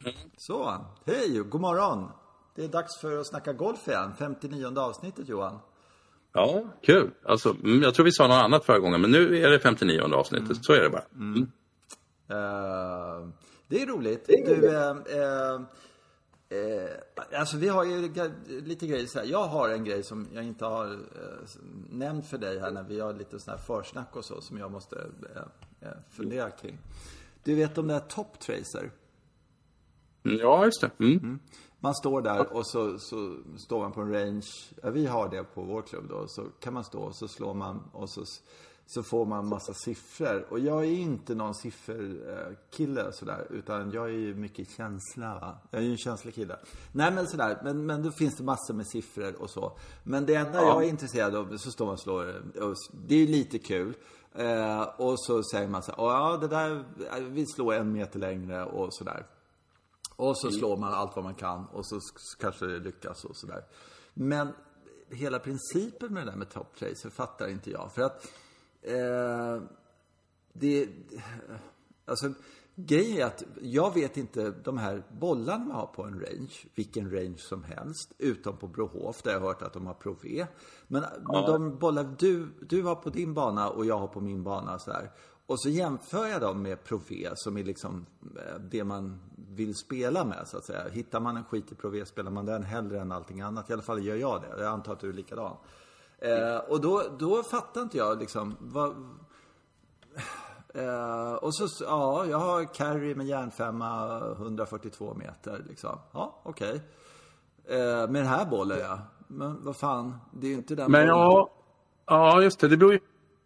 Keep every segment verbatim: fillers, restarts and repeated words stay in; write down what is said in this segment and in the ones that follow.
Så, hej, god morgon. Det är dags för att snacka golf igen. femtionionde avsnittet, Johan. Ja, kul. Alltså, jag tror vi sa något annat förra gången, men nu är det femtionionde avsnittet. Mm. Så är det bara. Mm. Mm. Uh, det är roligt. Det är roligt. Du, uh, uh, uh, alltså vi har ju lite grejer så här. Jag har en grej som jag inte har uh, nämnt för dig här när vi har lite sån här försnack och så som jag måste uh, uh, fundera kring. Du vet om det här Top Tracer? Ja, just det. Mm. Mm. Man står där och så, så står man på en range. Ja, vi har det på vår klubb då. Så kan man stå och så slår man och så, så får man massa siffror. Och jag är inte någon sifferkille sådär. Utan jag är ju mycket känsla. Jag är ju en känslig kille. Nej men sådär. Men, men då finns det massor med siffror och så. Men det enda ja. jag är intresserad av så står man och slår. Och det är lite kul. Eh, och så säger man så här. Ja det där. Vi slår en meter längre och sådär. Och så slår man allt vad man kan. Och så kanske det lyckas och sådär. Men hela principen med det där med Top Tracer fattar inte jag. För att eh, det, alltså grejen är att jag vet inte de här bollarna man har på en range, vilken range som helst, utom på Brohof där jag har hört att de har Pro V. Men, ja. men de bollar du, du har på din bana och jag har på min bana så här. Och så jämför jag dem med Pro V som är liksom det man vill spela med så att säga. Hittar man en skit i Pro V spelar man den hellre än allting annat. I alla fall gör jag det. Jag antar att du är likadan. Eh, och då, då fattar inte jag liksom vad... Eh, och så, ja, jag har carry med järnfemma hundrafyrtiotvå meter liksom. Ja, okej. Okay. Eh, med den här bollen, ja. Men vad fan, det är ju inte den Men bollen. ja, ja, just det. Det beror ju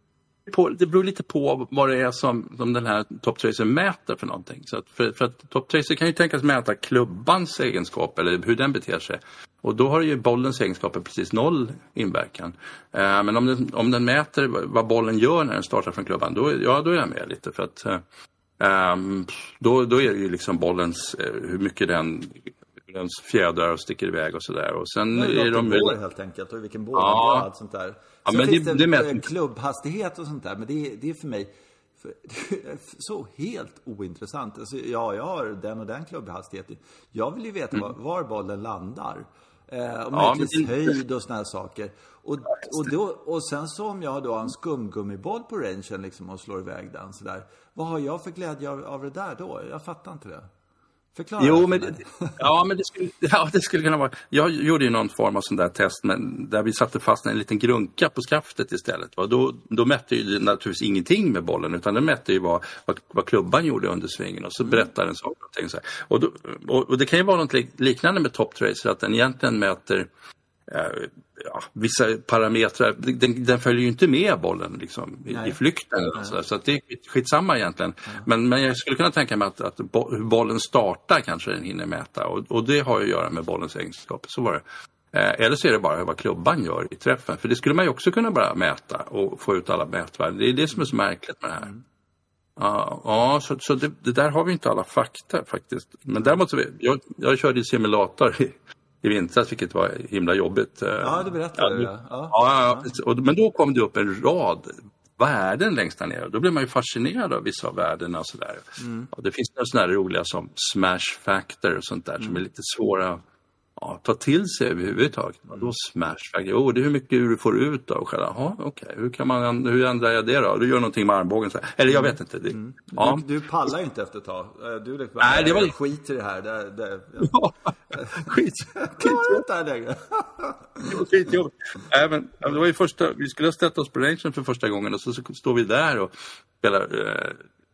på, det beror lite på vad det är som, som den här Top Tracer mäter för någonting. Så att för, för att Top Tracer kan ju tänkas mäta klubbans egenskap eller hur den beter sig. Och då har ju bollens egenskaper precis noll inverkan. Eh, men om den, om den mäter vad bollen gör när den startar från klubban, då, ja, då är jag med lite. För att eh, då, då är det ju liksom bollens, eh, hur mycket den, den fjädrar och sticker iväg och sådär. Och sen det är, är de går helt enkelt och vilken boll ja, och allt sånt där. Ja, så men finns det, det, det en med... klubbhastighet och sånt där. Men det, det är för mig för, det är så helt ointressant. Alltså, ja, jag har den och den klubbhastigheten. Jag vill ju veta mm. var, var bollen landar. Eh, och ja, möjligtvis det... höjd och såna här saker. Och, och, då, och sen så om jag då har en skumgummiboll på rangen liksom, och slår iväg den så där. Vad har jag för glädje av, av det där då? Jag fattar inte det. Förklara. Jo, men det, ja, men det skulle, ja, det skulle kunna vara... Jag gjorde ju någon form av sån där test men där vi satte fast en liten grunka på skaftet istället. Va? Då, då mätte ju naturligtvis ingenting med bollen utan det mätte ju vad, vad, vad klubban gjorde under svingen och så berättade den saker och ting så här. Och, då, och, och det kan ju vara något liknande med Top Tracer att den egentligen mäter eh, ja, vissa parametrar. Den, den följer ju inte med bollen liksom, i, i flykten. Så, så att det är skitsamma egentligen. Mm. Men, men jag skulle kunna tänka mig att, att bo, hur bollen startar kanske den hinner mäta. Och, och det har ju att göra med bollens egenskaper. Så var det. Eh, eller så är det bara vad klubban gör i träffen. För det skulle man ju också kunna bara mäta och få ut alla mätvärden. Det är det som är så märkligt med det här. Mm. Uh, ja, så, så det, det där har vi inte alla fakta faktiskt. Men däremot så jag, jag körde i simulator i I vintras, vilket var himla jobbigt. Ja, det berättade du. Ja, ja, ja. ja. Och, men då kom det upp en rad värden längst där nere. Då blir man ju fascinerad av vissa av värdena och sådär. Mm. Ja, det finns några sådana här roliga som smash factor och sånt där mm. som är lite svåra ja, ta till sig överhuvudtaget. Mm. Då smash factor. Jo, det är hur mycket du får ut av själva. Ja, okej. Okay. Hur kan man, hur ändrar jag det då? Du gör någonting med armbågen så här. Eller jag vet inte. Det, mm. ja. du, du pallar ju inte efter ett tag. Du liksom, nej, det var skit i det här. Det, det, ja. Skit. Klarar inte här längre. Det var skitjobbigt. Även, det var ju första, vi skulle ha ställt oss på rangen för första gången och så, så står vi där och spelar eh,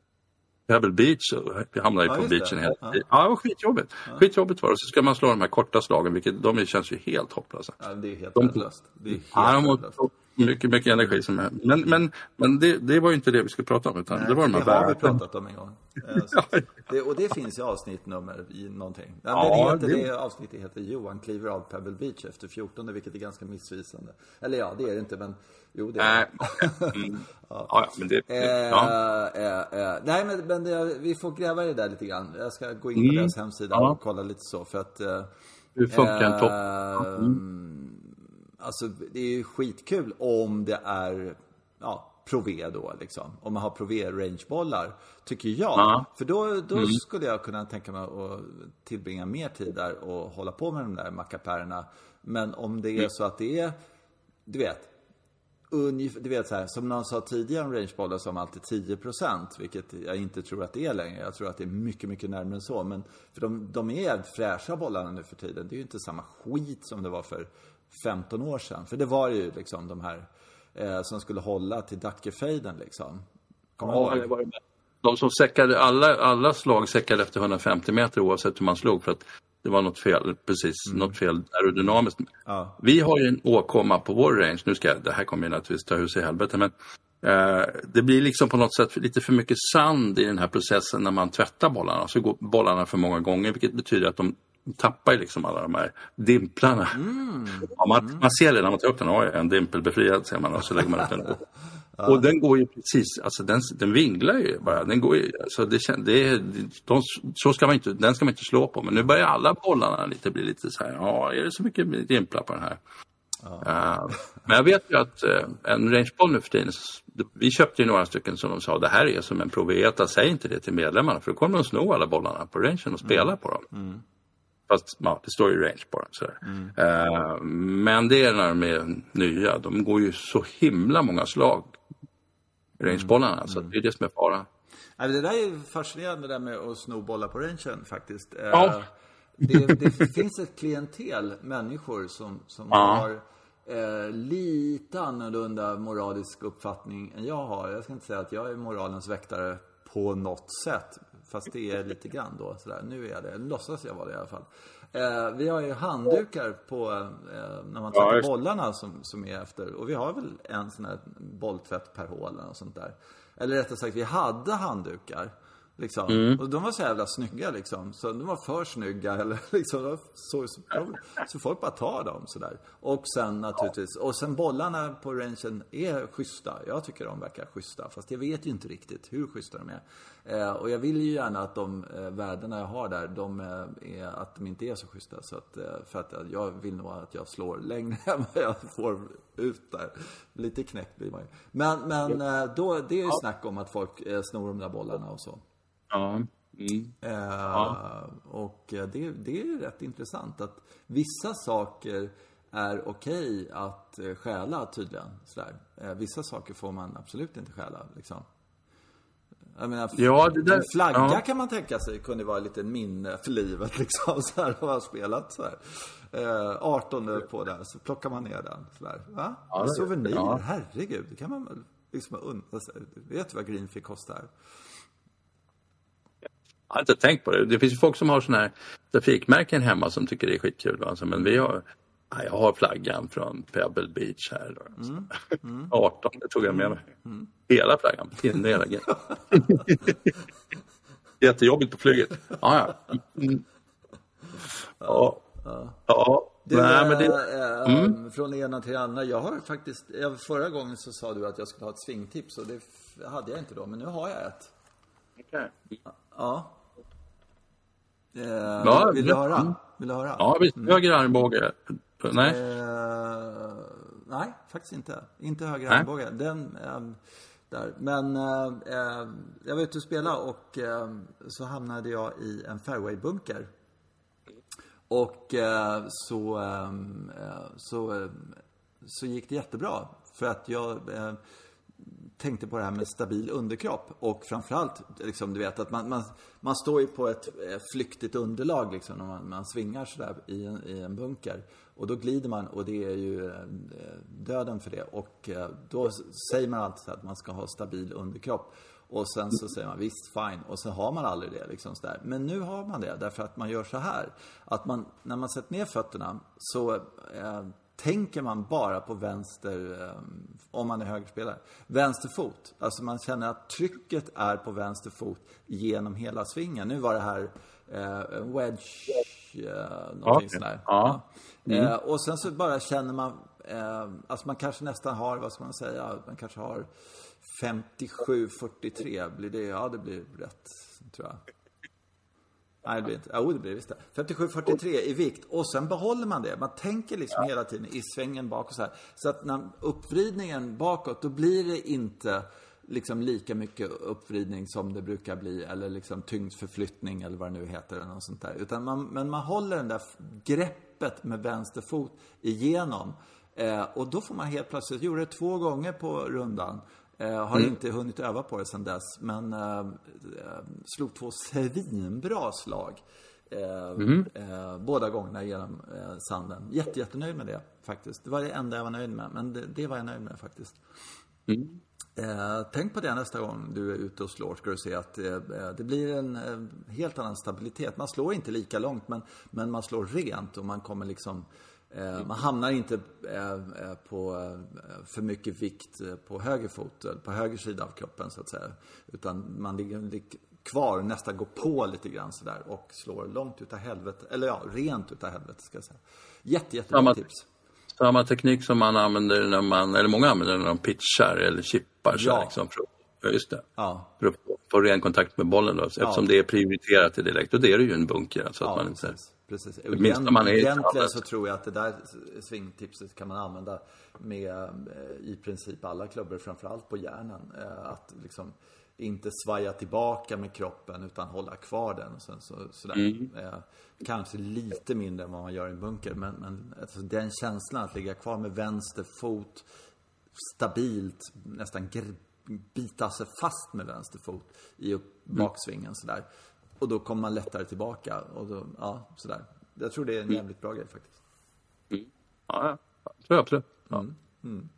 Pebble Beach och vi hamnar ju ja, på beachen helt. Ja. ja, det var skitjobbigt. Ja. Skitjobbigt var det. Så ska man slå de här korta slagen, vilket de känns ju helt hopplösa. Ja, det är helt de, värdelöst. Det är helt ja, de har mycket, mycket energi som är. Men, men, men det, det var ju inte det vi skulle prata om. Utan nej, det var de här det har vi pratat om en gång. Så, det, och det finns ju avsnittnummer i någonting. Ja, ja, det, heter, det... det avsnittet heter Johan kliver av Pebble Beach efter fjorton, vilket är ganska missvisande. Eller ja, det är det inte, men jo, det är det. Mm. ja. ja, men det... ja. Äh, äh, äh. Nej, men, men det, vi får gräva i det där lite grann. Jag ska gå in på mm. deras hemsida ja. och kolla lite så. För att... Äh, hur funkar en topp? Mm. Alltså, det är ju skitkul om det är ja, Pro V då liksom. Om man har Pro V rangebollar, tycker jag. Ja. För då, då mm. skulle jag kunna tänka mig att tillbringa mer tid där och hålla på med de där mackapärerna. Men om det är mm. så att det är, du vet, ungefär, du vet så här, som någon sa tidigare om rangebollar som alltid tio procent, vilket jag inte tror att det är längre. Jag tror att det är mycket, mycket närmare än så. Men för de, de är fräscha bollarna nu för tiden. Det är ju inte samma skit som det var för femton år sedan. För det var ju liksom de här eh, som skulle hålla till Dackefejden liksom. Kommer ja, det var det. De som säckade, alla, alla slag säckade efter hundrafemtio meter oavsett hur man slog, för att det var något fel, precis, mm. något fel aerodynamiskt. Ja. Vi har ju en åkomma på vår range, nu ska jag, det här kommer ju naturligtvis ta hus i helvete, men eh, det blir liksom på något sätt lite för mycket sand i den här processen när man tvättar bollarna, så går bollarna för många gånger, vilket betyder att de tappar ju liksom alla de här dimplarna. Mm. Ja, man, man ser det när man tar upp den, oj, en dimpelbefriad ser man, och så lägger man upp den. Ja. Och den går ju precis, alltså den, den vinglar ju bara, den går ju, alltså det, det, de, så ska man inte, den ska man inte slå på, men nu börjar alla bollarna lite bli lite så här, ja, är det så mycket dimplar på den här? Ja. Uh, men jag vet ju att uh, en rangeboll nu för tiden, vi köpte ju några stycken som de sa, det här är som en Pro V ett, säg inte det till medlemmarna, för då kommer de sno alla bollarna på rangen och spela mm. på dem. Mm. Fast ja, det står ju range på dem. Så mm. uh, men det är när de är nya, de går ju så himla många slag, rangebollarna, mm. så det är det som är fara. Ja, det där är ju fascinerande, det där med att sno bollar på rangen faktiskt. Ja. Uh, det, det finns ett klientel människor som, som ja. har uh, lite annorlunda moralisk uppfattning än jag har. Jag ska inte säga att jag är moralens väktare på något sätt, fast det är lite grann då sådär. Nu är jag det, låtsas jag vara det i alla fall. Eh, vi har ju handdukar på eh, när man tvättar ja, bollarna som, som är efter, och vi har väl en sån här bolltvätt per hål och sånt där. Eller rättare sagt, vi hade handdukar liksom. Mm. Och de var så jävla snygga liksom. Så de var för snygga eller liksom, så, så, så folk bara tar dem sådär. Och sen naturligtvis, och sen bollarna på rangen är schyssta. Jag tycker de verkar schyssta, fast jag vet ju inte riktigt hur schyssta de är. Eh, och jag vill ju gärna att de eh, värdena jag har där, de eh, är att de inte är så schyssta, så att, eh, för att jag vill nog att jag slår längre än vad jag får ut där. Lite knäckt blir man ju. Men, men eh, då, det är ju snack om att folk eh, snor de där bollarna och så. Ja. Mm. Eh, ja. Och det, det är ju rätt intressant att vissa saker är okej att eh, stjäla tydligen. Sådär. Eh, vissa saker får man absolut inte stjäla liksom. Jag menar, ja, det där, en flagga ja. kan man tänka sig kunde vara lite minne för livet liksom, så här, har man spelat så här. Eh, arton på den, så plockar man ner den så där. Va? Ja, en souvenir, ja. Herregud, det kan man väl liksom undra sig. Vet du vad Greenfield kostar? Jag har inte tänkt på det. Det finns ju folk som har såna här trafikmärken hemma som tycker det är skitkul. Alltså, men vi har, jag har flaggan från Pebble Beach här. Då. Mm. Mm. arton, det tog jag med mig. Mm. Hela flaggan. Hela jättejobbigt på flyget. Ja, ja. Mm. Ja. Ja. Ja. Du, Nej, men det... mm. Från det ena till det andra. Jag har faktiskt, förra gången så sa du att jag skulle ha ett svingtips, och det hade jag inte då, men nu har jag ett. Okej. Okay. Ja. Eh, ja. Vill du höra? Vill du höra? Ja, visst. Mm. Höger armbåge. Nej. Eh, nej, faktiskt inte. Inte höger armbåge. Den eh, där. Men eh, jag var ute och spela, och eh, så hamnade jag i en fairwaybunker. Och eh, så eh, så eh, så gick det jättebra, för att jag eh, tänkte på det här med stabil underkropp, och framförallt liksom, du vet att man, man, man står ju på ett flyktigt underlag liksom, när man, man svingar sådär i en, i en bunker, och då glider man, och det är ju döden för det, och då säger man alltid att man ska ha stabil underkropp, och sen så säger man visst, fine, och så har man aldrig det liksom sådär. Men nu har man det, därför att man gör så här, att man, när man sätter ner fötterna så eh, tänker man bara på vänster, eh, om man är högerspelare, vänster fot. Alltså man känner att trycket är på vänster fot genom hela svingen. Nu var det här eh, wedge, eh, någonting okay. sådär. Ja. Mm. Eh, och sen så bara känner man, eh, alltså man kanske nästan har, vad ska man säga, man kanske har femtiosju fyrtiotre, blir det, ja det blir rätt, tror jag. Nej, det blir inte. Ja, det blir visst det. femtiosju fyrtiotre i vikt. Och sen behåller man det. Man tänker liksom ja. hela tiden i svängen bakåt så här. Så att när uppvridningen bakåt, då blir det inte liksom lika mycket uppvridning som det brukar bli. Eller liksom tyngdförflyttning eller vad det nu heter. Eller något sånt där. Utan man, men man håller den där greppet med vänster fot igenom. Eh, och då får man helt plötsligt, gjorde det två gånger på rundan. Eh, har mm. inte hunnit öva på det sedan dess. Men eh, slog två svinbra slag. Eh, mm. eh, båda gångerna genom eh, sanden. Jätte, jättenöjd med det faktiskt. Det var det enda jag var nöjd med. Men det, det var jag nöjd med faktiskt. Mm. Eh, tänk på det nästa gång du är ute och slår. Ska du se att eh, det blir en eh, helt annan stabilitet. Man slår inte lika långt. Men, men man slår rent. Och man kommer liksom... Eh, man hamnar inte eh, på eh, för mycket vikt på höger fot, på höger sida av kroppen så att säga, utan man ligger, ligger kvar, nästan går på lite grann så där och slår långt utav helvete, eller ja, rent utav helvete ska jag säga. Jätte, jättebra samma, tips. Samma teknik som man använder när man, eller många använder när de pitchar eller chippar så ja. liksom, för, ja, just det. Ja. För att få ren kontakt med bollen då, eftersom ja. det är prioriterat i direkt, och det är det ju en bunker alltså, ja, att man inte precis. Precis. Egent, man är egentligen så tror jag att det där svingtipset kan man använda med i princip alla klubbor, framförallt på hjärnan. Att liksom inte svaja tillbaka med kroppen utan hålla kvar den. Och sen så, sådär. Mm. Kanske lite mindre än vad man gör i en bunker. Men, men alltså, den känslan att ligga kvar med vänster fot stabilt, nästan bita sig fast med vänster fot i upp baksvingen sådär. Och då kommer man lättare tillbaka. Och då, ja, sådär. Jag tror det är en jävligt bra grej faktiskt. Mm. Ja, ja. Tror jag absolut. Ja. Mm. Mm.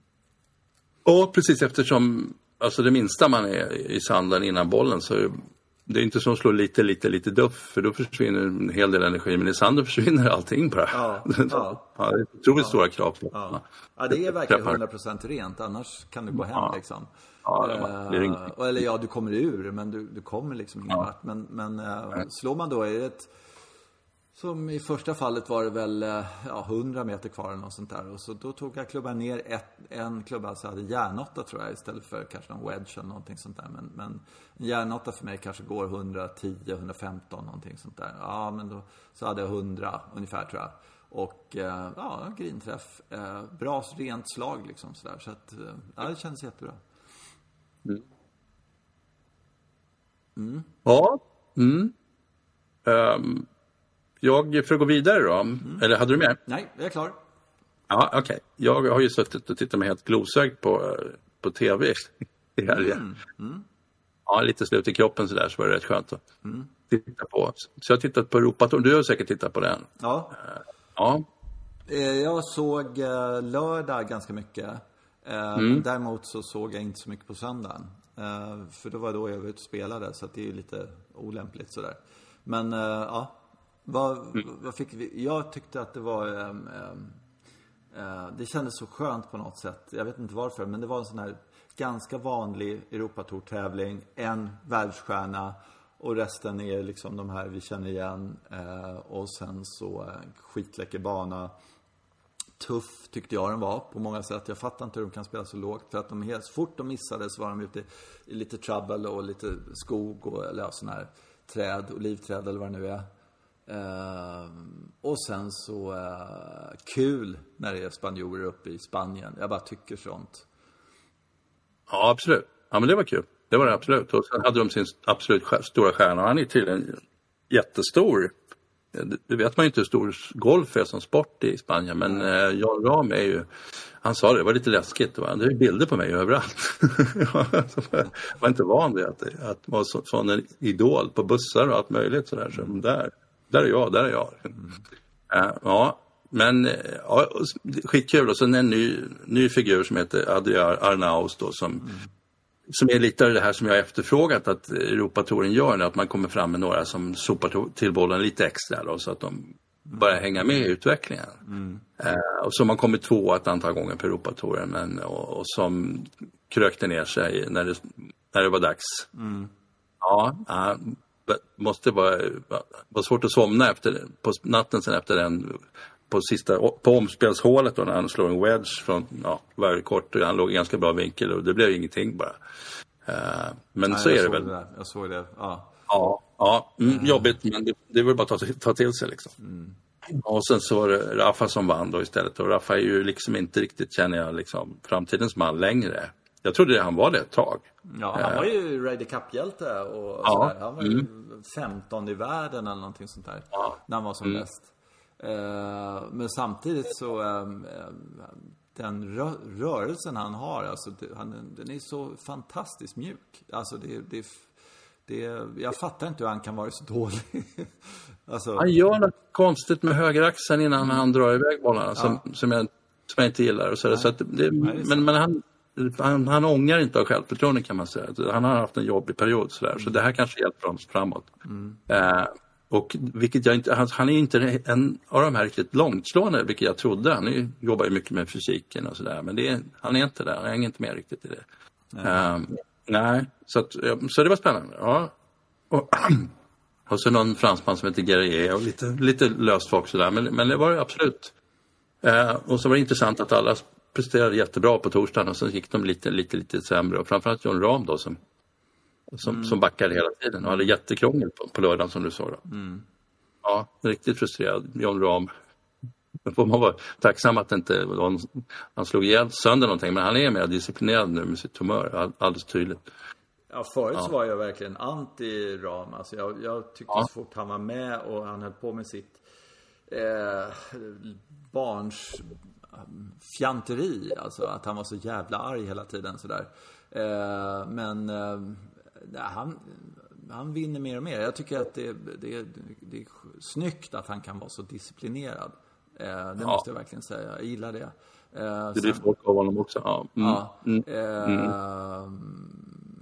Och precis eftersom alltså det minsta man är i sanden innan bollen, så är det är inte som att slå lite, lite, lite duff. För då försvinner en hel del energi. Men i sanden försvinner allting bara. Ja, ja. Ja, det är otroligt ja. stora krav på. Ja. Ja, det är verkligen hundra procent rent. Annars kan du gå hem ja. liksom. Ja, det är inget. Uh, eller ja, du kommer ur, men du, du kommer liksom ingen ja. vart. Men, men uh, slår man då är det ett, som i första fallet var det väl uh, ja, hundra meter kvar eller något sånt där. Och så då tog jag klubban ner ett, en klubba, alltså hade järnåtta tror jag, istället för kanske en wedge eller någonting sånt där. Men, men en järnåtta för mig kanske går hundratio, hundrafemton någonting sånt där. Ja, men då så hade jag hundra ungefär tror jag. Och uh, ja, grinträff. Uh, bra rent slag liksom sådär. Så att, uh, ja, det känns jättebra. Mm. Mm. Ja. Mm. Um, jag får gå vidare då. Mm. Eller hade du med? Nej, jag är klar. Ja, okej. Okay. Jag har ju suttit och tittat med helt glosög på, på tv i helgen. Mm. Mm. Ja, lite slut i kroppen så där, så var det rätt skönt att mm. titta på. Så jag har tittat på Europatour. Du har säkert tittat på den. Ja. Uh, ja. Jag såg uh, lördag ganska mycket. Mm. Däremot så såg jag inte så mycket på söndagen. Uh, för då var då jag var ute och spelade. Så att det är ju lite olämpligt sådär. Men uh, ja. Vad, mm. vad fick vi? Jag tyckte att det var um, um, uh, det kändes så skönt på något sätt. Jag vet inte varför. Men det var en sån här ganska vanlig Europatour-tävling. En världsstjärna. Och resten är liksom de här vi känner igen. Uh, och sen så uh, skitläcker bana. Tuff tyckte jag den var på många sätt. Jag fattar inte hur de kan spela så lågt. För att de helt fort de missade så var de ute i lite trouble och lite skog och eller ja, sån här träd, olivträd eller vad det nu är. Uh, och sen så uh, kul när det är spanjorer uppe i Spanien. Jag bara tycker sånt. Ja, absolut. Ja, men det var kul. Det var det absolut. Och sen hade de sin absolut stora stjärna. Han är tydligen jättestor. Det vet man ju inte hur stor golf är som sport i Spanien. Men eh, Jan Rahm är ju... Han sa det, det var lite läskigt. Va? Det är bilder på mig överallt. Jag var inte van vid att, att vara så, sån en idol på bussar och allt möjligt. Så där. Så där, där är jag, där är jag. Mm. Uh, ja, men ja, skitkul. Och sen en ny, ny figur som heter Adrià Arnaus då, som... Mm. Som är lite av det här som jag har efterfrågat att Europatouren gör, att man kommer fram med några som sopar till bollen lite extra då, så att de börjar hänga med i utvecklingen. Mm. Eh, och som har kommit två ett antal gånger på Europatouren, men, och, och som krökte ner sig när det, när det var dags. Mm. Ja, äh, måste vara, vara svårt att somna efter, på natten sen efter den, på sista på omspelshålet då, när han slår en wedge från ja, väldigt kort, och han låg i ganska bra vinkel och det blev ingenting bara. Uh, men Nej, så är det väl. Det jag såg det. Ja. Ja, Ja, mm, jobbigt, men det, det var bara att ta, ta till sig liksom. Mm. Och sen så var det Rafa som vann då istället. Och Rafa är ju liksom inte riktigt, känner jag, liksom, framtidens man längre. Jag trodde han var det ett tag. Ja, han var ju Ryder Cup-hjälte och ja. sådär. Han var ju mm. femton i världen eller någonting sånt där. Ja. När han var som mm. bäst. Uh, men samtidigt så um, den rö- rörelsen han har, alltså, det, han, den är så fantastiskt mjuk. Alltså det, det, det, jag fattar inte hur han kan vara så dålig. Alltså, han gör något konstigt med högeraxeln innan mm. han drar iväg bollarna som, ja. som, jag, som jag inte gillar. Och så, så att det, Nej, men, men han, han, han ångar inte av självförtroende, kan man säga. Han har haft en jobbig period så, där, mm. så det här kanske hjälper honom framåt. Mm. Uh, Och vilket jag inte, han, han är inte en av de här riktigt långtslående, vilket jag trodde. Han är, jobbar ju mycket med fysiken och sådär. Men det är, han är inte där, han är inte med riktigt i det. Nej, um, nej så, att, så det var spännande. Ja. Och, och så någon fransman som heter Guerrier och lite, lite löst folk sådär. Men, men det var det absolut. Uh, och så var det intressant att alla presterade jättebra på torsdagen. Och så gick de lite, lite, lite sämre. Och framförallt Jon Rahm då som... Som, mm. som backade hela tiden och hade jättekrångel på, på lördagen som du sa då. Mm. Ja, riktigt frustrerad. Jon Rahm. Men får man vara tacksam att inte han, han slog ihjäl sönder någonting. Men han är mer disciplinerad nu med sitt humör. All, alldeles tydligt. Ja, förut ja. så var jag verkligen anti-Rahm. Alltså jag, jag tyckte ja. så fort han var med och han höll på med sitt eh, barns fjanteri. Alltså att han var så jävla arg hela tiden sådär. Eh, men... Eh, Ja, han, han vinner mer och mer. Jag tycker att det, det, det är snyggt att han kan vara så disciplinerad. Eh, det ja. måste jag verkligen säga. Jag gillar det. Eh, det blir folk av honom också. Ja. Mm. Ja, eh, mm.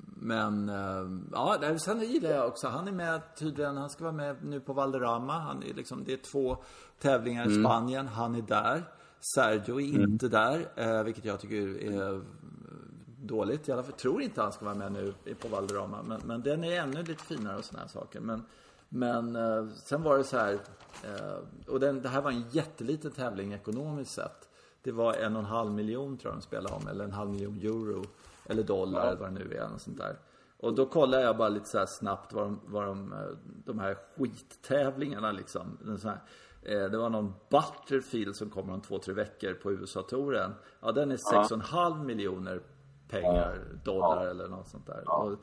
Men eh, ja, sen gillar jag också. Han är med tydligen. Han ska vara med nu på Valderrama. Han är liksom, det är två tävlingar i mm. Spanien. Han är där. Sergio är inte mm. där. Eh, vilket jag tycker är dåligt. I alla fall tror inte han ska vara med nu på Valderrama. Men, men den är ännu lite finare och såna här saker. Men, men eh, sen var det så här. Eh, och den, det här var en jätteliten tävling ekonomiskt sett. Det var en och en halv miljon tror jag de spelade om. Eller en halv miljon euro. Eller dollar ja. eller vad det nu är. Och sånt där. Och då kollade jag bara lite så här snabbt. Vad de, vad de, de här skittävlingarna liksom. Den så här, eh, det var någon Butterfield som kommer om två, tre veckor på U S A-touren. Ja, den är sex och en halv miljoner pengar, dollar ja. eller något sånt där. Ja. Och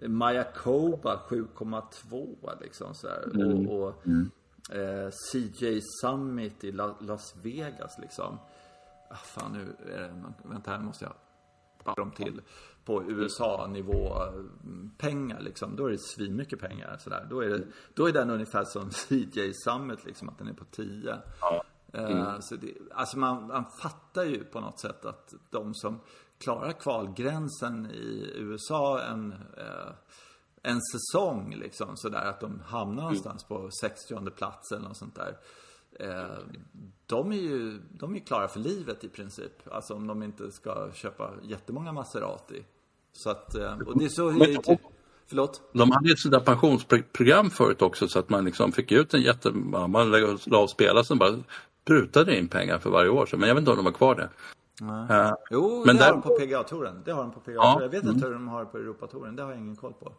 Mayakoba sju komma två liksom så här. Mm. Och, och mm. eh, C J Summit i La- Las Vegas liksom. Ah, fan nu är det, vänta här måste jag bara dem till på U S A-nivå pengar liksom. Då är det svinmycket pengar så där. Då är det då är den ungefär som C J Summit liksom, att den är på tio. Ja. Mm. Eh, så det, alltså man, man fattar ju på något sätt att de som klarar kvalgränsen i U S A en, eh, en säsong liksom, så där att de hamnar någonstans på sextionde plats eller något sånt där. Eh, de är ju de är klara för livet i princip. Alltså om de inte ska köpa jättemånga Maserati. Så att, eh, och det är så... Men, förlåt? De hade ett sådär pensionsprogram förut också så att man liksom fick ut en jätte... Man la av spela som bara prutade in pengar för varje år. Men jag vet inte om de var kvar det. Uh, jo, men det där... har de på P G A-touren. Det har de på P G A-touren. Ja. Jag vet inte mm. hur de har på Europa-touren. Det har jag ingen koll på.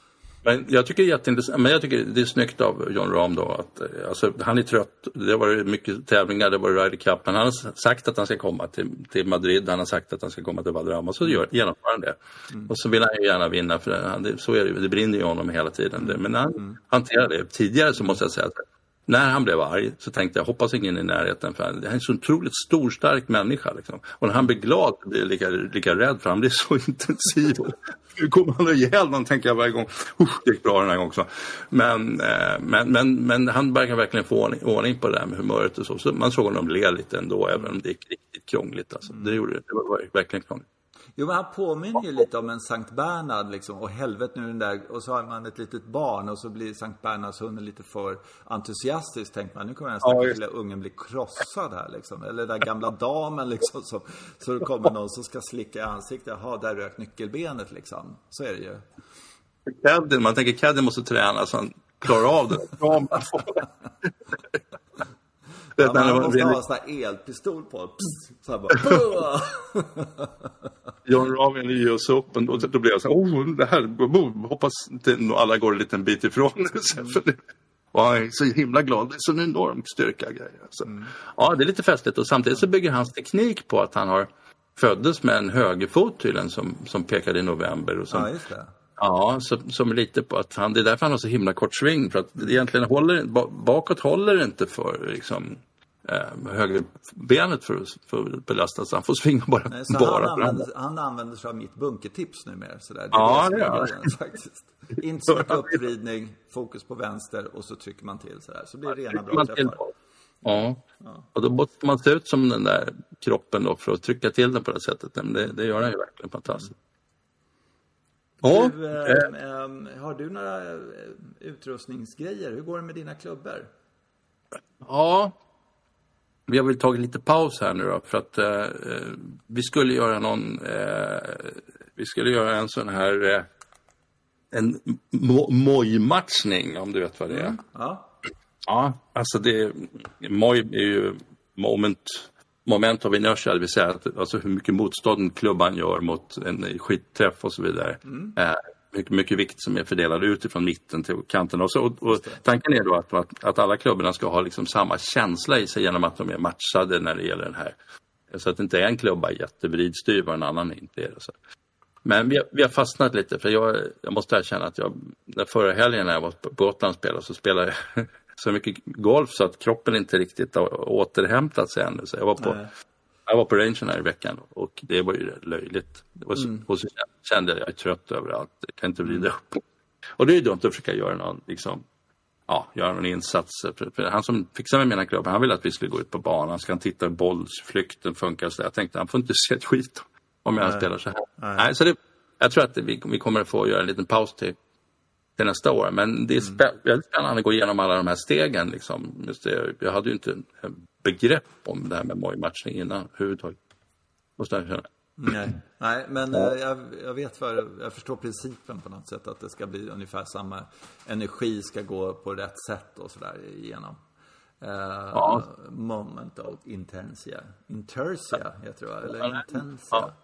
Men jag tycker det är jätteintressant. Men jag tycker det är snyggt av Jon Rahm då att alltså, han är trött. Det var mycket tävlingar, det var Ryder Cup. Men han har sagt att han ska komma till, till Madrid. Han har sagt att han ska komma till Valderrama. Så gör, genomför han det. Mm. Och så vill han ju gärna vinna. För han, så är det, det brinner ju honom hela tiden. Mm. Men han mm. hanterar det. Tidigare så måste jag säga att när han blev arg så tänkte jag, hoppas ingen i närheten. För han är en så otroligt stor, stark människa. Liksom. Och när han blir glad blir jag lika, lika rädd för han blir så intensiv. Nu kommer han ihjäl någon, tänker jag varje gång. Usch, det gick bra den här gången också. Men, eh, men, men, men han verkar verkligen få ordning, ordning på det där med humöret och så. Så man såg honom le lite ändå, även om det gick riktigt krångligt. Alltså. Det gjorde det. Det var verkligen krångligt. Jo, men han påminner ju lite om en Sankt Bernhard liksom. Och helvete nu den där. Och så har man ett litet barn. Och så blir Sankt Bernhards hunden lite för entusiastisk. Tänker man, nu kommer den stackars lilla ungen bli krossad här liksom. Eller den där gamla damen liksom. Så, så det kommer någon som ska slicka i ansiktet. Jaha, där rök nyckelbenet liksom. Så är det ju. Caddy, man tänker Caddy måste träna så han klarar av det. Ja, man måste ren... ha en sån här elpistol på. Pss, så här bara... John Raven i U S Open, och då blev jag så här, oh, det här, oh, hoppas inte alla går en liten bit ifrån. Mm. För det var jag så himla glad, det är så en enorm styrka grej. Alltså. Mm. Ja, det är lite festligt, och samtidigt så bygger hans teknik på att han har föddes med en högerfot tydligen som, som pekade i november. Och som, ja, just det. Ja, som, som lite på att han, det är därför han har så himla kort sving, för att det egentligen håller, bakåt håller det inte för liksom eh, högerbenet för, för att belasta, så han får svinga bara. Nej, så bara han, använder, han använder sig av mitt bunkertips nu mer sådär. Det ja, det det är det. Faktiskt. Inte så mycket uppvridning, fokus på vänster, och så trycker man till sådär. Så blir det rena bra träffar. Ja. ja, och då måste man se ut som den där kroppen då för att trycka till den på det sättet. Men det, det gör den ju verkligen fantastiskt. Ja. Du, äh, äh, har du några äh, utrustningsgrejer? Hur går det med dina klubbor? Ja, vi har väl tagit lite paus här nu då, för att äh, vi skulle göra någon äh, vi skulle göra en sån här äh, en mo- mojmatchning, om du vet vad det är. Mm. Ja. Ja, alltså det moj är ju moment moment av inertia, det vill säga att, alltså hur mycket motstånd klubban gör mot en skitträff och så vidare. Mm. Eh, mycket, mycket vikt som är fördelad utifrån mitten till kanten. Och, så, och, och tanken är då att, att, att alla klubborna ska ha liksom samma känsla i sig genom att de är matchade när det gäller den här. Så att det inte är en klubba jättevridstyr och en annan inte är det. Så. Men vi har, vi har fastnat lite, för jag, jag måste erkänna att jag, när förra helgen när jag var på Gotland och spelade, så spelade jag så mycket golf så att kroppen inte riktigt har återhämtat sig ännu. Så jag var på, jag var på rangen här i veckan, och det var ju löjligt. Det var så, mm. Och så kände jag att jag är trött överallt. Jag kan inte vrida upp. Och det är ju dumt att försöka göra någon, liksom, ja, göra någon insats. För, för han som fixar med mina klubbar, han ville att vi skulle gå ut på banan. Ska han titta hur bollflykten funkar. Så jag tänkte, han får inte se ett skit om jag Nej. spelar så här. Nej. Nej, så det, jag tror att vi, vi kommer att få göra en liten paus till till nästa år. Men det är spä- väldigt spännande att gå igenom alla de här stegen. Liksom. Just det, jag hade ju inte begrepp om det här med mojmatchning innan överhuvudtaget. Nej, Nej men ja. jag, jag vet vad, jag förstår principen på något sätt, att det ska bli ungefär samma energi ska gå på rätt sätt och sådär igenom. Uh, ja. Moment of intensia. Intersia heter det, eller intensia. Ja.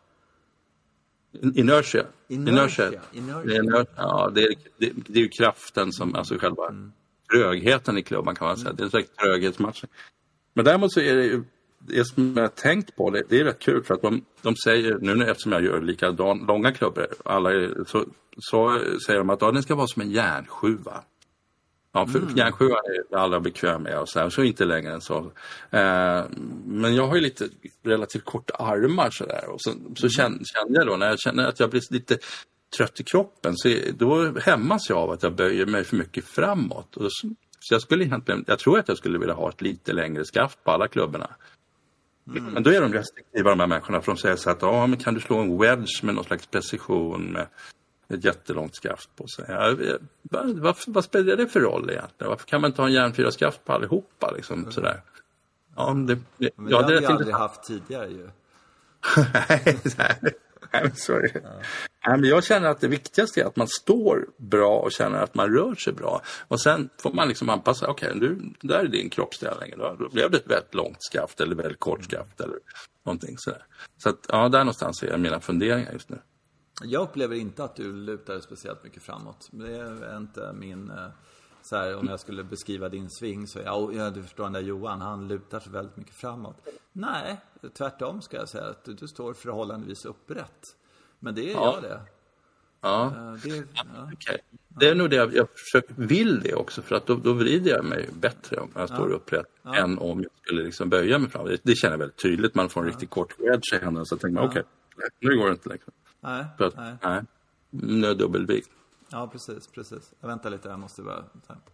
Inertia. Inertia. Inertia. Inertia. Ja, det är, det, det är ju kraften som, alltså själva mm. trögheten i klubban kan man säga. Mm. Det är en slags tröghetsmatchning. Men däremot så är det ju, det som jag har tänkt på, det, det är rätt kul, för att de, de säger, nu eftersom jag gör likadan långa klubbor, alla är, så, så säger de att ja, den ska vara som en järnsjua. Ja, för mm. järnsjuan är alla bekväm med och så här, så inte längre än så. Eh, men jag har ju lite relativt korta armar så där, och så, så mm. känner, känner jag då, när jag känner att jag blir lite trött i kroppen, så då hämmas jag av att jag böjer mig för mycket framåt. Och så, så jag skulle egentligen, jag tror att jag skulle vilja ha ett lite längre skaft på alla klubborna. Mm. Men då är de restriktiva, de här människorna, för de säger så att ja, men kan du slå en wedge med någon slags precision med ett jättelångt skaft på sig. Ja, vad, vad, vad spelar det för roll egentligen? Varför kan man inte ha en järnfyra skaft på allihopa? Liksom, mm. sådär. Ja, det, det, men ja, det har vi aldrig haft tidigare ju. nej, nej, nej, sorry. Ja. Nej, men jag känner att det viktigaste är att man står bra och känner att man rör sig bra. Och sen får man liksom anpassa, okej, okay, du, där är din kroppsställning. Då, då blev det ett väldigt långt skaft eller väldigt kort skaft eller någonting sådär. Så att, ja, där någonstans är mina funderingar just nu. Jag upplever inte att du lutar speciellt mycket framåt. Det är inte min... Så här, om jag skulle beskriva din sving så... Ja, ja, du förstår den där Johan, han lutar sig väldigt mycket framåt. Nej, tvärtom ska jag säga. Att du, du står förhållandevis upprätt. Men det är ja. jag det. Ja. Det, ja. Okay. Det är nog det jag, jag försöker, vill det också. För att då, då vrider jag mig bättre om jag står ja. upprätt. Ja. Än om jag skulle liksom böja mig fram. Det, det känner jag väldigt tydligt. Man får en ja. riktigt kort wedge i händerna. Så jag tänker man, ja. okej, okay, nu går det inte längre. Nej, för att, nej. nej. Nu är dubbelvikt. Ja, precis, precis. Jag väntar lite, jag måste bara...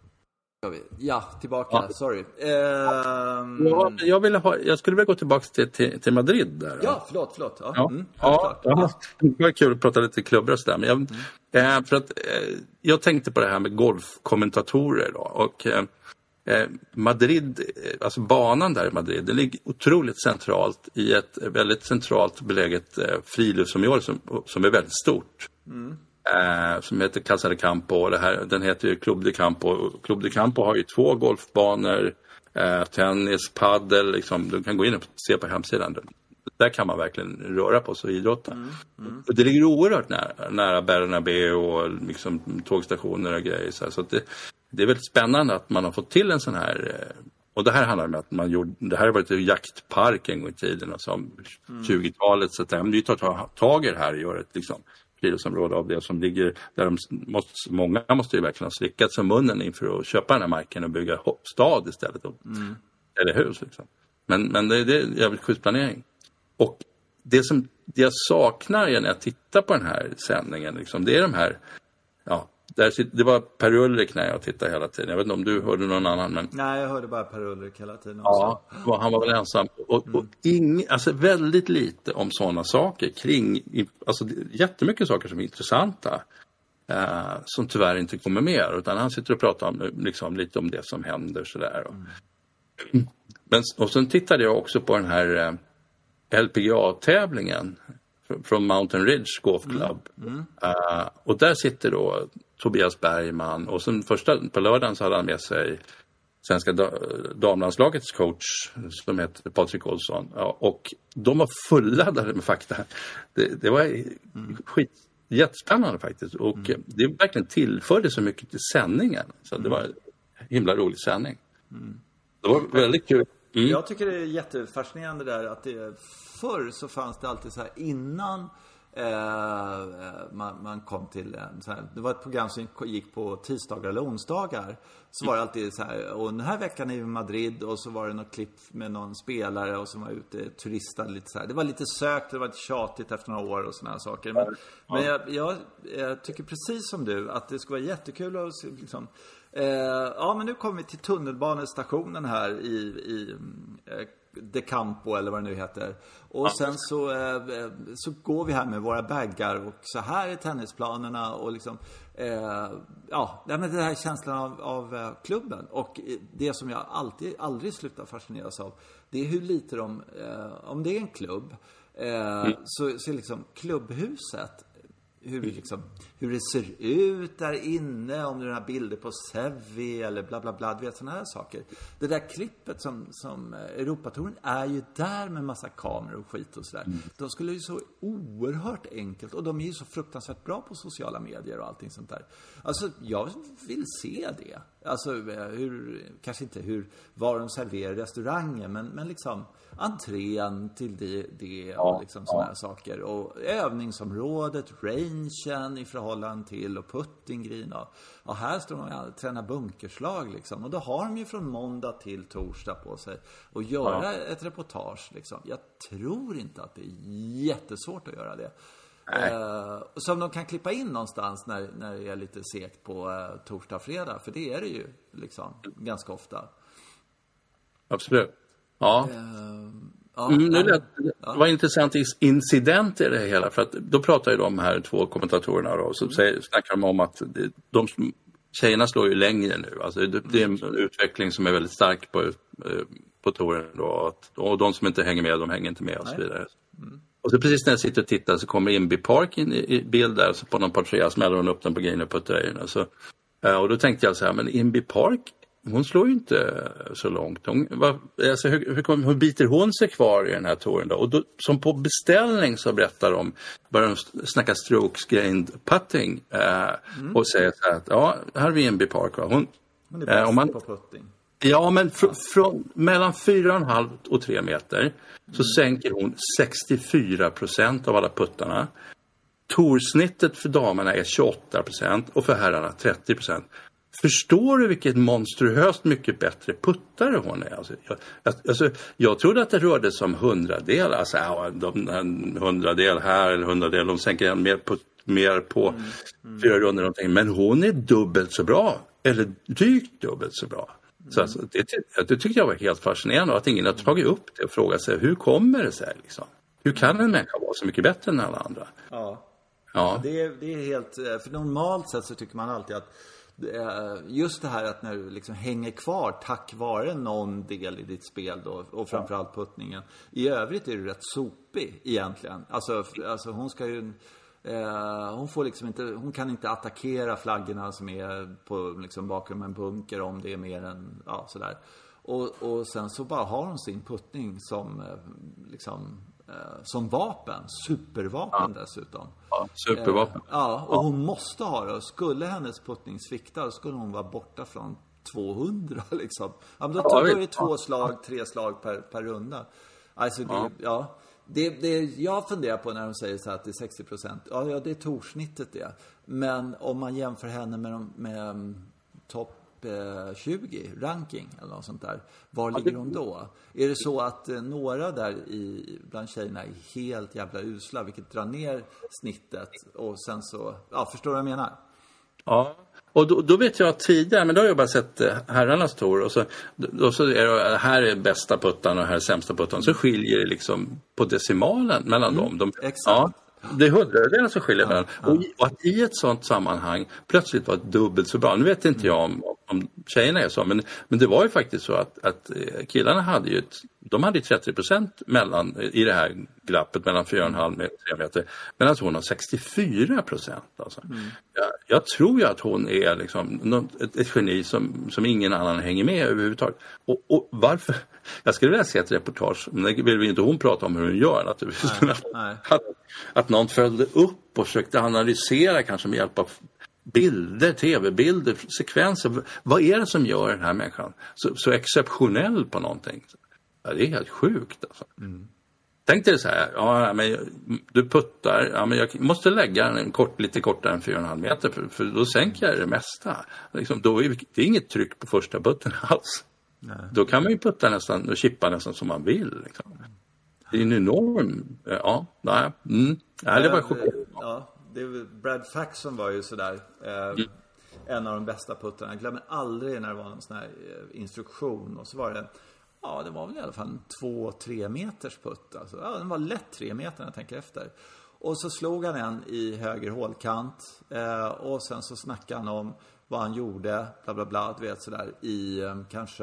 Ja, tillbaka, ja. sorry. Ehm... Ja, jag, ville ha, jag skulle vilja gå tillbaka till, till, till Madrid där. Ja, förlåt, förlåt. Ja, ja. Mm, ja, ja. Det var kul att prata lite klubbor och sådär. Men jag, mm. eh, för att, eh, jag tänkte på det här med golfkommentatorer då. Och eh, Madrid, alltså banan där i Madrid, det ligger otroligt centralt i ett väldigt centralt beläget eh, friluftsområde som, som är väldigt stort. Mm. Eh, som heter Casa de Campo, och det här, den heter ju Club de Campo. Club de Campo har ju två golfbanor, eh, tennis, paddel, liksom, du kan gå in och se på hemsidan. Där kan man verkligen röra på sig och idrotta. Mm, mm. Och det ligger oerhört nära, nära Bernabéu och liksom, tågstationer och grejer. Så, så att det, det är väldigt spännande att man har fått till en sån här... Och det här handlar om att man gjorde... Det här har varit en jaktpark en gång i tiden. Alltså, mm. tjugotalet. Så att det är att ta tag i det här och göra ett liksom, friluftsområde av det som ligger... Där de måste, många måste ju verkligen ha slickat sig munnen inför att köpa den här marken och bygga stad istället. Mm. Eller hus liksom. Men, men det, det är jävligt skydsplanering. Och det som det jag saknar när jag tittar på den här sändningen, liksom, det är de här, ja, där, det var Per Ulrik när jag tittade hela tiden. Jag vet inte om du hörde någon annan. Men... Nej, jag hörde bara Per Ulrik hela tiden. Ja, var, han var väl ensam. Och, och ing, alltså väldigt lite om sådana saker kring, alltså jättemycket saker som är intressanta. Eh, som tyvärr inte kommer med. Utan han sitter och pratar om, liksom, lite om det som händer sådär. Och, mm. Men, och sen tittade jag också på den här... Eh, L P G A-tävlingen från Mountain Ridge Golf Club. Mm. Mm. Uh, och där sitter då Tobias Bergman och sen första på lördagen så hade han med sig svenska damlandslagets coach som heter Patrik Olsson. Uh, och de var fulladdade med fakta. Det, det var mm. skit, jättespännande faktiskt. Och mm. det verkligen tillförde så mycket till sändningen. Så mm. det var en himla rolig sändning. Mm. Det var väldigt kul. Mm. Jag tycker det är jättefascinerande där att det, förr så fanns det alltid så här innan eh, man, man kom till en så här, det var ett program som gick på tisdagar eller onsdagar, så var det alltid så här, och den här veckan är vi i Madrid och så var det något klipp med någon spelare och som var ute turistade lite så här. Det var lite sökt, det var lite tjatigt efter några år och såna här saker. Men, ja. men jag, jag, jag tycker precis som du att det skulle vara jättekul att liksom, eh, ja men nu kommer vi till tunnelbanestationen här i, i eh, De Campo eller vad det nu heter. Och sen så, eh, så går vi här med våra baggar och så här är tennisplanerna och liksom eh, ja, men det här känslan av, av eh, klubben. Och det som jag alltid, aldrig slutar fascineras av, det är hur lite de, eh, om det är en klubb eh, mm. så, så liksom klubbhuset, hur, liksom, hur det ser ut där inne, om det är några bilder på Sevi eller bla bla bla, du vet sådana här saker. Det där klippet som, som Europatouren är ju där med massa kameror och skit och sådär. Mm. De skulle ju så oerhört enkelt, och de är ju så fruktansvärt bra på sociala medier och allting sånt där. Alltså jag vill se det. Alltså hur, kanske inte hur, var de serverar restauranger, men, men liksom entrén till det, det och ja, liksom sådana ja. här saker. Och övningsområdet, rangen i förhållande till och puttinggrin. Och, och här står de och tränar bunkerslag liksom. Och då har de ju från måndag till torsdag på sig och göra ja. ett reportage liksom. Jag tror inte att det är jättesvårt att göra det. Uh, som de kan klippa in någonstans när, när det är lite segt på uh, torsdag, fredag. För det är det ju liksom ganska ofta. Absolut. Ja. Uh, ja, mm, det, lät, det ja. var en intressant incident i det hela. För att då pratar ju de här två kommentatorerna då, och så mm. säger, snackar de om att det, de tjejerna slår ju längre nu. Alltså det, det är en mm. utveckling som är väldigt stark på, på touren då. Och, och de som inte hänger med, de hänger inte med och så vidare. Mm. Och så precis när jag sitter och tittar så kommer Inby Park in i, i bild där. Så på någon par tre smäller hon upp den på grejen och puttar in. Och, så, och då tänkte jag så här, men Inby Park, hon slår ju inte så långt. Hon, vad, alltså, hur, hur, hur biter hon sig kvar i den här touren då? Och då, som på beställning så berättar de, börjar de snacka strokes gained putting. Eh, mm. Och säger så här att, ja, här har vi Inby Park. Va? Hon, hon är bäst eh, man, på putting. Ja, men fr- från mellan fyra komma fem och tre meter så mm. sänker hon sextiofyra procent av alla puttarna. Torsnittet för damerna är tjugoåtta procent och för herrarna trettio procent. Förstår du vilket monstruöst mycket bättre puttare hon är? Alltså, jag, alltså, jag trodde att det rörde sig om hundradel. Alltså, ja, de, en hundradel här eller hundradel. De sänker mer på, mer på mm. Mm. fyra runder någonting. Men hon är dubbelt så bra. Eller drygt dubbelt så bra. Mm. Så alltså, det, det tyckte jag var helt fascinerande. Att ingen har tagit upp det och frågat sig, hur kommer det sig? Liksom? Hur kan en människa vara så mycket bättre än alla andra? Ja, ja. Det, är, det är helt... För normalt sett så tycker man alltid att just det här att när du liksom hänger kvar tack vare någon del i ditt spel då, och framförallt puttningen. I övrigt är du rätt sopig egentligen. Alltså, alltså hon ska ju... Eh, hon får liksom inte, hon kan inte attackera flaggorna som är på liksom bakom en bunker om det är mer än ja, sådär. Och, och sen så bara har hon sin puttning som eh, liksom eh, som vapen, supervapen ja. dessutom. Ja, supervapen. Eh, ja, och ja. hon måste ha det. Skulle hennes puttning svikta, då skulle hon vara borta från tvåhundra liksom. Ja, men då tar det två slag, tre slag per, per runda. Alltså det, ja. ja det, det jag funderar på när de säger så här att det är sextio procent. Ja, ja, det är torsnittet det. Men om man jämför henne med, de, med topp tjugo ranking eller något sånt där. Var ligger hon då? Är det så att eh, några där i, bland tjejerna är helt jävla usla, vilket drar ner snittet och sen så, ja, förstår du vad jag menar? Ja, och då, då vet jag att tidigare, men då har jag bara sett herrarnas tour och så, då så är det, här är bästa puttan och här är sämsta puttan, så skiljer det liksom på decimalen mellan mm, dem. De, exakt. Ja, det är hundradelar som skiljer mellan. Ja, ja. Och, och att i ett sånt sammanhang plötsligt var ett dubbelt så bra. Nu vet inte jag om, om tjejerna är så, men, men det var ju faktiskt så att, att killarna hade ju ett, de hade ju trettio procent mellan, i det här glappet mellan fyra komma fem meter och tre meter. Men att hon har sextiofyra procent. Alltså. Mm. Jag, jag tror ju att hon är liksom ett, ett geni som, som ingen annan hänger med överhuvudtaget. Och, och varför? Jag skulle vilja se ett reportage, men det vill inte hon prata om hur hon gör naturligtvis. Nej, nej. Att, att någon följde upp och försökte analysera kanske med hjälp av bilder, tv-bilder, sekvenser. Vad är det som gör den här människan så, så exceptionell på någonting? Ja, det är helt sjukt alltså. Mm. Tänk dig så här, ja, men du puttar, ja, men jag måste lägga en kort, lite kortare än fyra komma fem meter för, för då sänker jag det mesta. Liksom, då är det är inget tryck på första putten alls. Nej. Då kan man ju putta nästan och chippa nästan som man vill. Liksom. Det är en enorm, ja, nej, mm. nej det var sjukt. Ja, det är Brad Faxon var ju sådär, eh, mm. en av de bästa puttarna. Jag glömmer aldrig när det var en sån här instruktion och så var det, ja, det var väl i alla fall en två, tre meters putt. Alltså, ja, den var lätt tre meter när jag tänker efter. Och så slog han en i höger hålkant eh, och sen så snackade han om vad han gjorde, bla bla bla, du vet sådär, i eh, kanske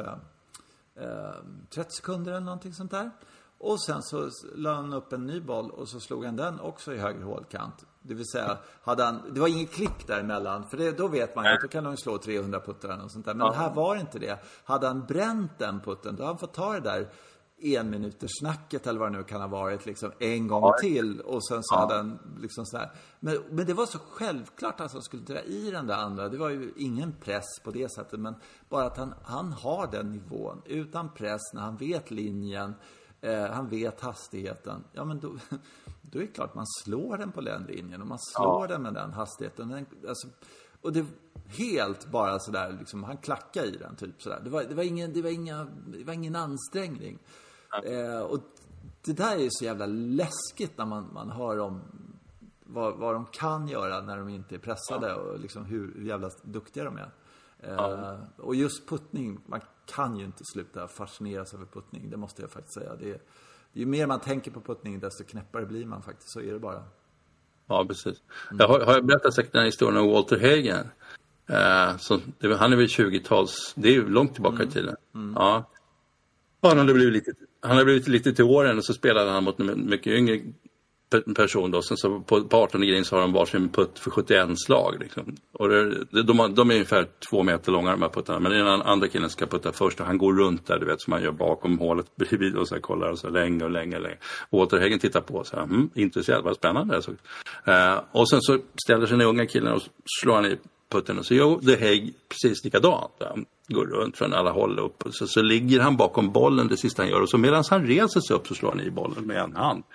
eh, trettio sekunder eller någonting sånt där. Och sen så la han upp en ny boll och så slog han den också i höger hålkant. Det vill säga, hade han, det var inget klipp däremellan. För det, då vet man ju att då kan han slå trehundra puttar och sånt där. Men ja. Här var det inte det. Hade han bränt den putten, då hade han fått ta det där en minuters snacket eller vad det nu kan ha varit liksom en gång ja. till. Och sen så ja. hade han liksom så här. Men, men det var så självklart att han skulle dra i den där andra. Det var ju ingen press på det sättet. Men bara att han, han har den nivån. Utan press, när han vet linjen. Eh, han vet hastigheten. Ja, men då, då är det klart man slår den på den linjen. Och man slår ja. den med den hastigheten. Den, alltså, och det helt bara sådär, liksom, han klackade i den typ sådär. Det var, det var, ingen, det var, inga, det var ingen ansträngning. Ja. Eh, och det där är ju så jävla läskigt när man, man hör om vad, vad de kan göra när de inte är pressade. Ja. Och liksom hur, hur jävla duktiga de är. Ja. Och just puttning, man kan ju inte sluta fascineras över puttning. Det måste jag faktiskt säga. Det är, det är ju mer man tänker på puttning, desto knäppare blir man faktiskt. Så är det bara. Ja, precis. Mm. Jag har, har jag berättat säkert den här historien om Walter Hagen. Eh, så, det, han är väl tjugo-tals, det är ju långt tillbaka mm. i tiden. Mm. Ja. Han hade blivit lite, han hade blivit lite till åren och så spelade han mot en mycket yngre person då. Sen så på, på artonde green så har de varsin putt för sjuttioett slag liksom. Och det, de, de är ungefär två meter långa de här puttarna, men den andra killen ska putta först och han går runt där, du vet, som man gör bakom hålet bredvid och så här, kollar och så länge och länge och länge. Och Walter Hagen tittar på så här, hm, intresserad, vad spännande det så. Uh, och sen så ställer sig den unga killen och slår han i putten och så gör The Hague precis likadant. Han går runt från alla håll upp och så, så ligger han bakom bollen det sista han gör och så medan han reser sig upp så slår han i bollen med en hand.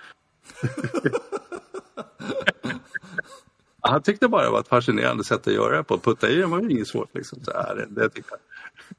Han tyckte bara det var ett fascinerande sätt att göra det på. Putta i den var ju inget svårt liksom. Så här, det tycker jag.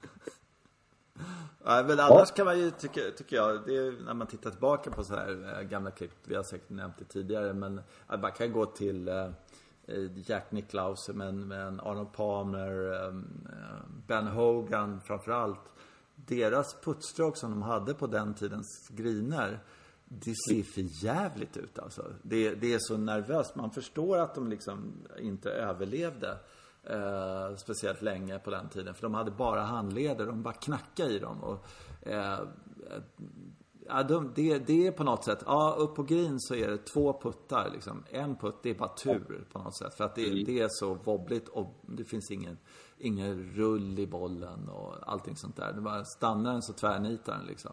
Ja, men annars ja. kan man ju tycka, tycker jag, det är när man tittar tillbaka på så här gamla klipp, vi har säkert nämnt det tidigare, men man kan gå till uh, Jack Nicklaus, men, men Arnold Palmer, um, Ben Hogan framförallt. Deras puttstråk som de hade på den tidens griner, det ser för jävligt ut alltså. Det, det är så nervöst. Man förstår att de liksom inte överlevde eh, speciellt länge på den tiden. För de hade bara handleder. De bara knackade i dem. Och, eh, ja, de, det, det är på något sätt, ja, upp på green så är det två puttar liksom. En putt, det är bara tur på något sätt. För att det, mm. det är så wobbligt och det finns ingen, ingen rull i bollen och allting sånt där. Det bara stannar den så tvärnitar den liksom.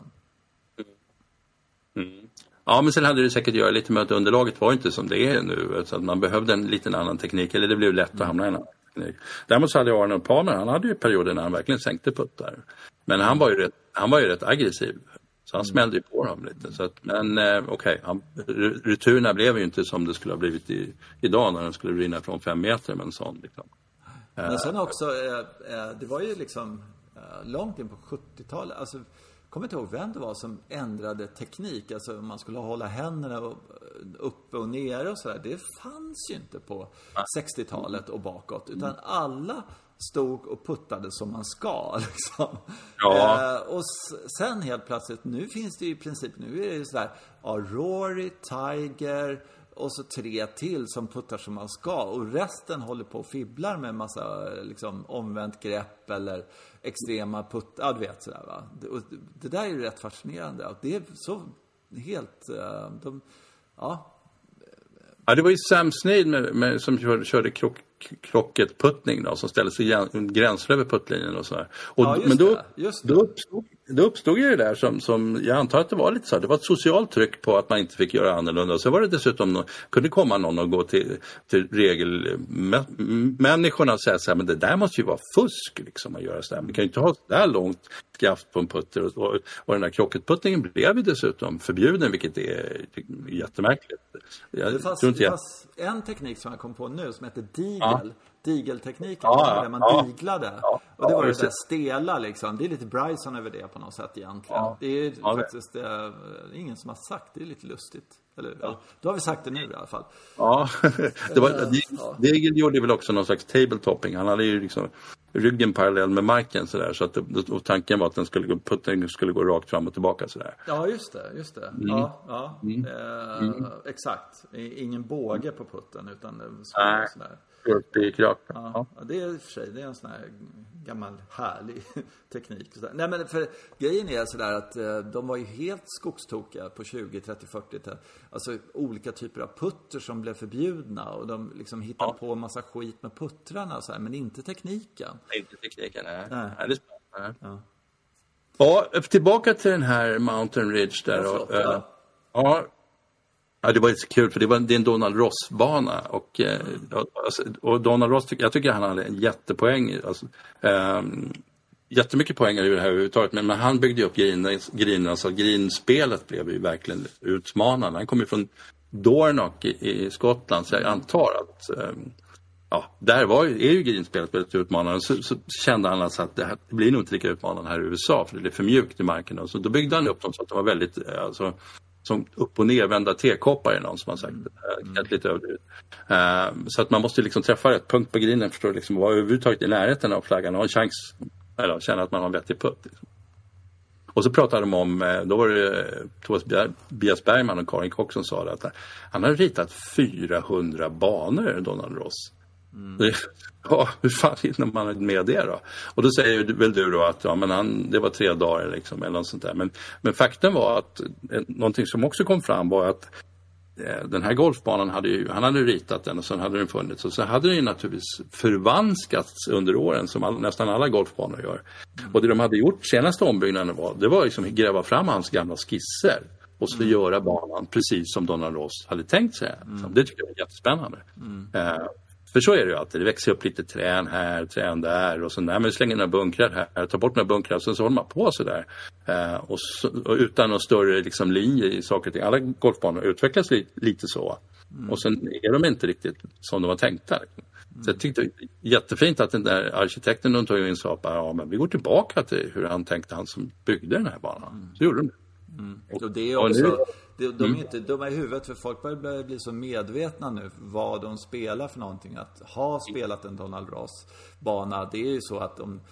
Mm. Ja, men sen hade det säkert att göra lite med att underlaget var inte som det är nu. Så att man behövde en liten annan teknik, eller det blev lätt att hamna i en annan teknik. Däremot så hade Arnold Palmer, han hade ju perioder när han verkligen sänkte puttar. Men han var ju rätt, han var ju rätt aggressiv. Så han smällde ju på dem lite. Så att, men eh, okej, okay, returerna blev ju inte som det skulle ha blivit i, idag när de skulle rinna från fem meter med en sån. Liksom. Men sen också, eh, det var ju liksom eh, långt in på sjuttiotalet, alltså kommer inte ihåg vem det var som ändrade teknik. Alltså man skulle hålla händerna uppe och nere och sådär. Det fanns ju inte på sextiotalet och bakåt. Utan alla stod och puttade som man ska. Liksom. Ja. Eh, och sen helt plötsligt, nu finns det ju i princip, nu är det ju sådär, ja, Rory, Tiger och så tre till som puttar som man ska. Och resten håller på och fibblar med en massa liksom, omvänt grepp eller extrema puttar. Ja, du vet sådär va. Det, och det där är ju rätt fascinerande. Och det är så helt... Uh, de, ja. Ja, det var ju Sam Snead med, med, som körde, körde krock, krocketputtning då, som ställde sig gränsle över puttlinjen och sådär. Och, ja, just men då, det, just det. Då, uppstod, då uppstod ju det där som, som, jag antar att det var lite så här, det var ett socialt tryck på att man inte fick göra annorlunda. Och så var det dessutom, någon, kunde komma någon och gå till, till regelmänniskorna och säga så här, men det där måste ju vara fusk liksom att göra så där. Man kan ju inte ha så där långt skaft på en putter. Och, och, och den där krocketputtningen blev ju dessutom förbjuden, vilket är jättemärkligt. Jag, det fanns, tror inte det jag... fanns en teknik som jag kom på nu som heter digel. Ja. Digeltekniken, Ja, där man ja. diglade. Ja, och det var ja, det där stela liksom. Det är lite Bryson över det på något sätt egentligen. Ja. Det är Ja, det. faktiskt det är ingen som har sagt. Det är lite lustigt. Eller, ja. Då har vi sagt det nu i alla fall. Ja, det var, Uh, ja. Digel gjorde väl också någon slags tabletopping. Han hade ju liksom ryggen parallell med marken sådär, så att det, och tanken var att den skulle, putten skulle gå rakt fram och tillbaka sådär. Ja, just det, just det. Mm. Ja, ja. Mm. Eh, Mm. Exakt. Ingen båge på putten utan Nej. sådär. Det gick rakt. Ja, ja, det är i och för sig, det är en sån här gammal härlig teknik. Nej, men för grejen är sådär att eh, de var ju helt skogstokiga på tjugo, trettio, fyrtio. Alltså olika typer av putter som blev förbjudna och de liksom hittade ja. på en massa skit med puttrarna och så här, men inte tekniken. Inte tekniken, nej. Nej. nej det är spännande. Ja. Ja, tillbaka till den här Mountain Ridge där. Ja, och, förlåt, äh, ja. ja. Ja, det var så kul för det, var, det är en Donald Ross-bana och, eh, alltså, och Donald Ross, jag tycker han hade en jättepoäng, alltså, eh, jättemycket poäng i det här överhuvudtaget, men, men han byggde upp green, green, alltså grinspelet blev ju verkligen utmanande. Han kom ju från Dornoch i, i Skottland, så jag antar att eh, ja, där var ju, är ju grinspelet väldigt utmanande. Så, så kände han alltså att det, här, det blir nog inte lika utmanande här i U S A för det är för mjukt i marken. Och så då byggde han upp dem så att de var väldigt, alltså, som upp- och nervända tekoppar är någon som har sagt det. Mm. Lite överdrivet. Uh, så att man måste liksom träffa rätt punkt på grinen, förstår du, liksom, vara överhuvudtaget i närheten av flaggan och ha en chans, eller känna att man har en vettig putt. Liksom. Och så pratade de om, då var det Thomas Bias Bergman och Karin Kock som sa det, att han hade ritat fyrahundra banor, Donald Ross. Mm. Ja, hur fan hinner man med det då? Och då säger väl du då att ja, men han, det var tre dagar liksom, eller något sånt där. Men, men faktum var att eh, någonting som också kom fram var att eh, den här golfbanan hade ju, han hade ritat den och sen hade den funnits. Och så hade den ju naturligtvis förvanskats under åren som all, nästan alla golfbanor gör. Mm. Och det de hade gjort senaste ombyggnaden var, det var liksom att gräva fram hans gamla skisser och så mm. göra banan precis som Donald Ross hade tänkt sig. Mm. Det tycker jag var jättespännande. Mm. Eh, För så är det ju alltid. Det växer upp lite trän här, trän där. Och så nej, men slänger några bunkrar här. Tar bort några bunkrar. Så, så håller man på så där. Eh, och, så, och utan någon större liksom, linje i saker och ting. Alla golfbanor utvecklas li, lite så. Mm. Och sen är de inte riktigt som de var tänkta. Mm. Så jag tyckte det var jättefint att den där arkitekten de tog in sa att ja, men vi går tillbaka till hur han tänkte, han som byggde den här banan. Mm. Så gjorde de det. Mm. Och det är också, de, de är inte dumma i huvudet, för folk börjar bli så medvetna nu vad de spelar för någonting. Att ha spelat en Donald Ross-bana, det är ju så att om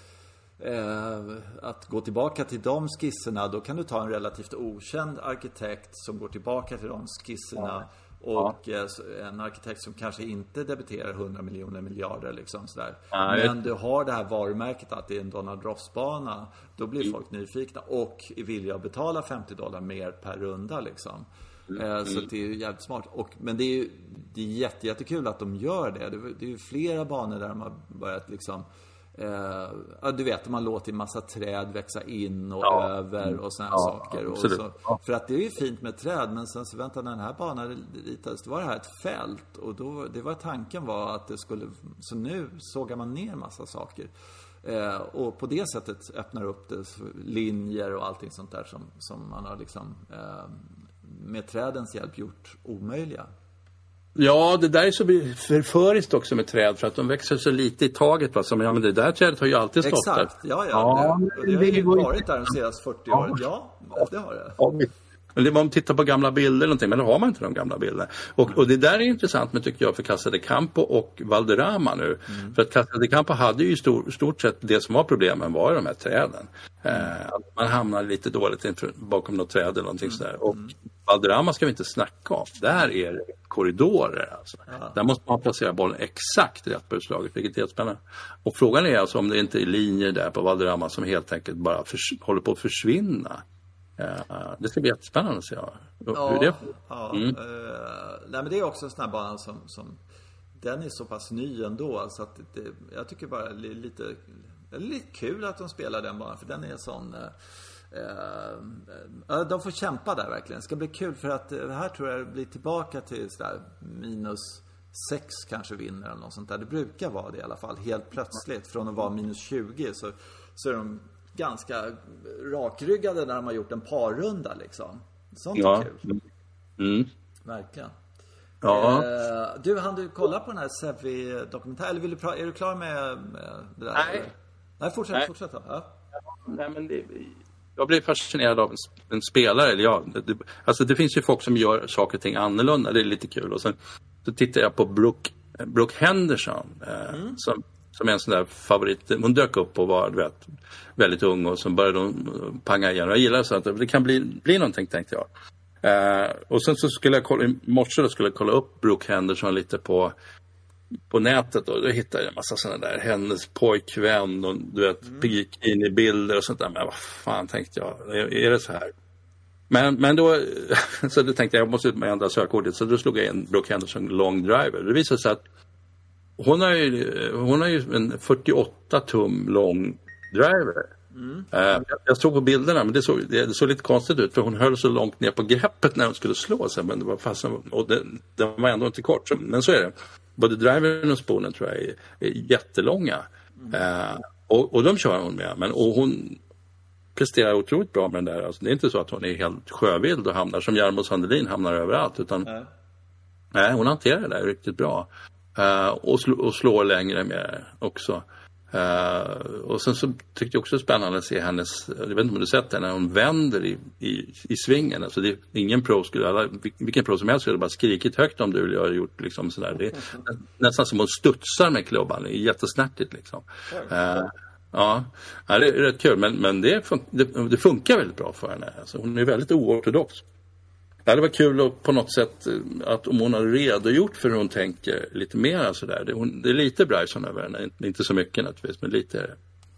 eh, att gå tillbaka till de skisserna, då kan du ta en relativt okänd arkitekt som går tillbaka till de skisserna Och ja. en arkitekt som kanske inte debiterar hundra miljoner miljarder liksom sådär. Ja, men du har det här varumärket att det är en Donald Ross-bana. Då blir folk mm. nyfikna och vilja betala femtio dollar mer per runda liksom. Mm. Så det är ju jävligt smart. Och, men det är ju det är jätte, jättekul att de gör det. Det är ju flera banor där de har börjat liksom Uh, du vet, man låter en massa träd växa in och ja. över och såna här ja, saker och så, för att det är ju fint med träd, men sen så vänta, när den här banan ritades, då var det här ett fält och då, det var tanken var att det skulle, så nu sågar man ner massa saker uh, och på det sättet öppnar upp det linjer och allting sånt där som, som man har liksom uh, med trädens hjälp gjort omöjliga. Ja, det där är så förföriskt också med träd, för att de växer så lite i taget. Va? Som, ja, men det där trädet har ju alltid stått Exakt. där. Exakt, ja, ja. Det, och det har ju varit där de senaste fyrtio åren. Ja, det har det. Ja, men om man tittar på gamla bilder eller någonting, men då har man inte de gamla bilderna. Och, och det där är intressant med, tycker jag, för Casa de Campo och Valderrama nu. Mm. För att Casa de Campo hade ju stor, stort sett det som var problemen var de här träden. Mm. Eh, man hamnar lite dåligt bakom något träd eller någonting mm. sådär. Och Valderrama ska vi inte snacka om. Där är det korridorer. Alltså. Ja. Där måste man placera bollen exakt rätt på utslaget, vilket är helt spännande. Och frågan är alltså om det inte är linjer där på Valderrama som helt enkelt bara förs- håller på att försvinna. Uh, det ska bli jättespännande att se. Ja, ja, hur det? Ja, mm. uh, nej, men det är också en sån här bana som, som den är så pass ny ändå, så att det, jag tycker bara det är lite, det är lite kul att de spelar den banan, för den är sån uh, uh, de får kämpa där verkligen. Det ska bli kul, för att det här tror jag blir tillbaka till sådär minus sex kanske vinner eller något sånt där. Det brukar vara det i alla fall, helt plötsligt från att vara minus tjugo så, så är de ganska rakryggade när de har gjort en parrunda liksom. Sånt ja. är kul. Mm. Verkligen. Ja. Eh, du, hann du kolla på den här Sevi-dokumentären? Eller vill du pra- är du klar med, med det där? Nej. Eller? Nej, fortsätt, Nej. fortsätt. Ja. Nej, men det, jag blev fascinerad av en, en spelare. Eller ja, det, alltså det finns ju folk som gör saker och ting annorlunda. Det är lite kul. Och sen så tittar jag på Brooke, Brooke Henderson eh, mm. som Som är en sån där favorit. Hon dök upp och var, du vet, väldigt ung, och så började hon panga igen. Jag gillar så att det kan bli, bli någonting, tänkte jag. Eh, och sen så skulle jag kolla, i morse då skulle jag kolla upp Brooke Henderson lite på, på nätet. Och då hittade jag en massa sådana där, hennes pojkvän och du vet, mm. bikini-bilder och sånt där. Men vad fan, tänkte jag, är, är det så här? Men, men då, så då tänkte jag, jag måste ut med ändra sökordet. Så då slog jag in Brooke Henderson long driver. Det visade sig att Hon har ju, hon har ju en fyrtioåtta tum lång driver. Mm. Uh, jag såg på bilderna, men det såg, det såg lite konstigt ut, för hon höll så långt ner på greppet när hon skulle slå sig, men det var fast, och det, det var ändå inte kort. Så, men så är det. Både drivern och spoonen tror jag är, är jättelånga. Mm. Uh, och, och de kör hon med. Men, och hon presterar otroligt bra med den där. Alltså, det är inte så att hon är helt sjövild och hamnar som Jarmo Sandelin hamnar överallt, utan mm. nej, hon hanterar det där riktigt bra. Uh, och, sl- och slår längre med också. Uh, och sen så tyckte jag också spännande att se hennes, jag vet inte om du sett det, när hon vänder i, i, i svingen. Alltså det, ingen pro skulle, alla, vilken pro som helst skulle bara skrikit högt om du vill ha gjort liksom sådär. Det är nästan som hon studsar med klubban, det är jättesnärtigt liksom. Uh, ja, ja, det är rätt kul, men, men det, fun- det, det funkar väldigt bra för henne. Alltså, hon är väldigt oortodox. Ja, det var kul och på något sätt att om hon har redogjort för hur hon tänker lite mer sådär. Det, hon, det är lite Bryson över henne, inte så mycket naturligtvis, men lite.